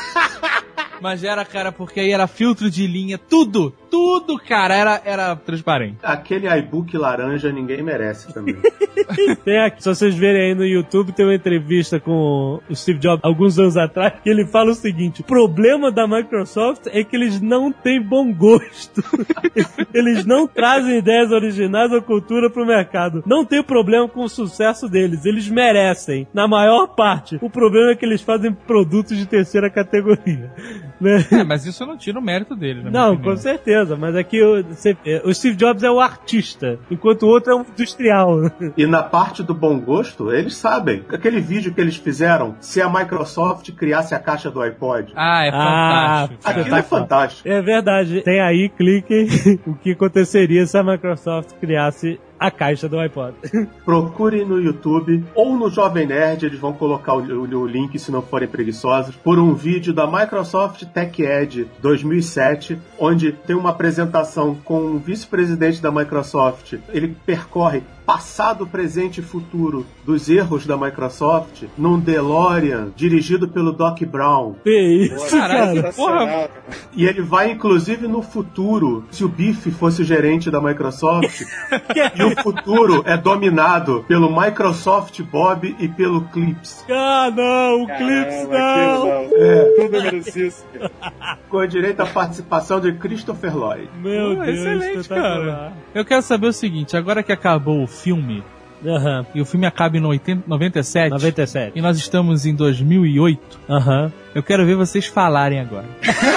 Mas era, cara, porque aí era filtro de linha, tudo, tudo, cara, era, era transparente. Aquele iBook laranja ninguém merece também. Tem aqui, se vocês verem aí no YouTube, tem uma entrevista com o Steve Jobs alguns anos atrás, que ele fala o seguinte, o problema da Microsoft é que eles não têm bom gosto. Eles não trazem ideias originais ou cultura pro mercado. Não tem problema com o sucesso deles, eles merecem, na maior parte. O problema é que eles fazem produtos de terceira categoria. Né? É, mas isso não tira o mérito dele, né? Não, com certeza, mas aqui o, você, o Steve Jobs é o artista, enquanto o outro é o industrial. E na parte do bom gosto, eles sabem. Aquele vídeo que eles fizeram, se a Microsoft criasse a caixa do iPod. Ah, é fantástico. Ah, aquilo é fantástico. É verdade. Tem aí, cliquem, o que aconteceria se a Microsoft criasse a caixa do iPod. Procurem no YouTube ou no Jovem Nerd, eles vão colocar o, o, o link se não forem preguiçosos, por um vídeo da Microsoft Tech Ed dois mil e sete, onde tem uma apresentação com o vice-presidente da Microsoft. Ele percorre passado, presente e futuro dos erros da Microsoft num DeLorean dirigido pelo Doc Brown. Que isso, Caralho, cara? Porra. E ele vai, inclusive, no futuro, se o Biff fosse o gerente da Microsoft, e o futuro é dominado pelo Microsoft Bob e pelo Clips. Ah, não, o Clips não. não. É. Tudo menos Com direito à participação de Christopher Lloyd. Meu Pô, Deus, excelente, cara. Eu quero saber o seguinte, agora que acabou o filme, uhum. e o filme acaba em noventa e sete, noventa e sete, e nós estamos em dois mil e oito, uhum. Eu quero ver vocês falarem agora.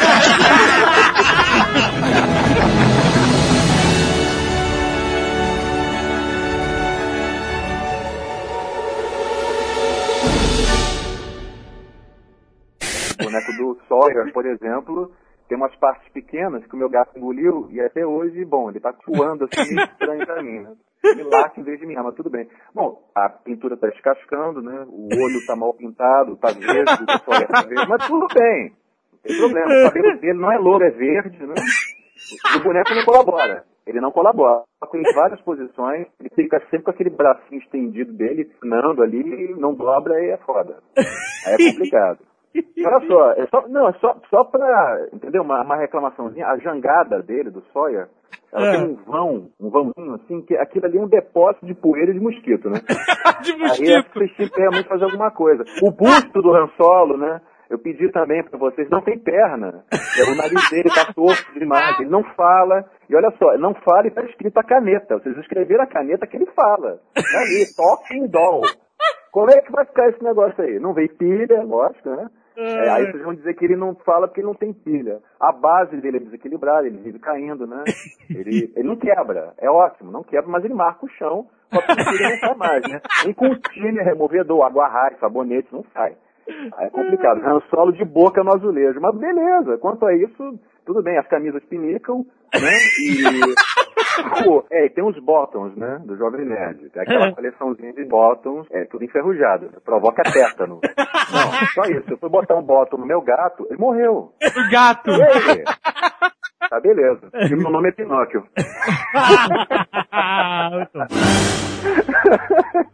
O boneco do Sawyer, por exemplo, tem umas partes pequenas que o meu gato engoliu e até hoje, bom, ele tá voando assim, estranho pra mim, né? Ele late em vez de mim, mas tudo bem. Bom, a pintura tá descascando, né? O olho tá mal pintado, tá verde, o Sawyer tá verde, mas tudo bem. Não tem problema, o cabelo dele não é louro, é verde, né? O boneco não colabora. Ele não colabora. Em várias posições, ele fica sempre com aquele bracinho estendido dele, ensinando ali, não dobra e é foda. Aí é complicado. Olha só, é só, não, é só, só pra, entendeu, uma, uma reclamaçãozinha, a jangada dele, do Sawyer, ela é. tem um vão, um vãozinho assim, que aquilo ali é um depósito de poeira de mosquito, né? De mosquito! Aí é que vocês tinham que realmente fazer alguma coisa. O busto do Han Solo, né? Eu pedi também pra vocês, não tem perna. O nariz dele tá torto demais, ele não fala. E olha só, não fala e tá escrito a caneta. Vocês escreveram a caneta que ele fala. Tá ali, Talking Doll. Como é que vai ficar esse negócio aí? Não vem pilha, lógico, né? É, aí vocês vão dizer que ele não fala porque ele não tem pilha. A base dele é desequilibrada, ele vive caindo, né? Ele, ele não quebra, é ótimo, não quebra, mas ele marca o chão, só que ele não sai mais, né? Nem com time, removedor, água raiva, sabonete, não sai. Aí é complicado. Han Solo de boca no azulejo. Mas beleza, quanto a isso, tudo bem, as camisas pinicam, né? E Pô, é, e tem uns bottoms, né, do Jovem Nerd. Tem aquela coleçãozinha de bottoms, é tudo enferrujado. Provoca tétano. Não, só isso. Eu fui botar um bottom no meu gato, ele morreu. O gato! E aí? Tá, beleza. E meu nome é Pinóquio.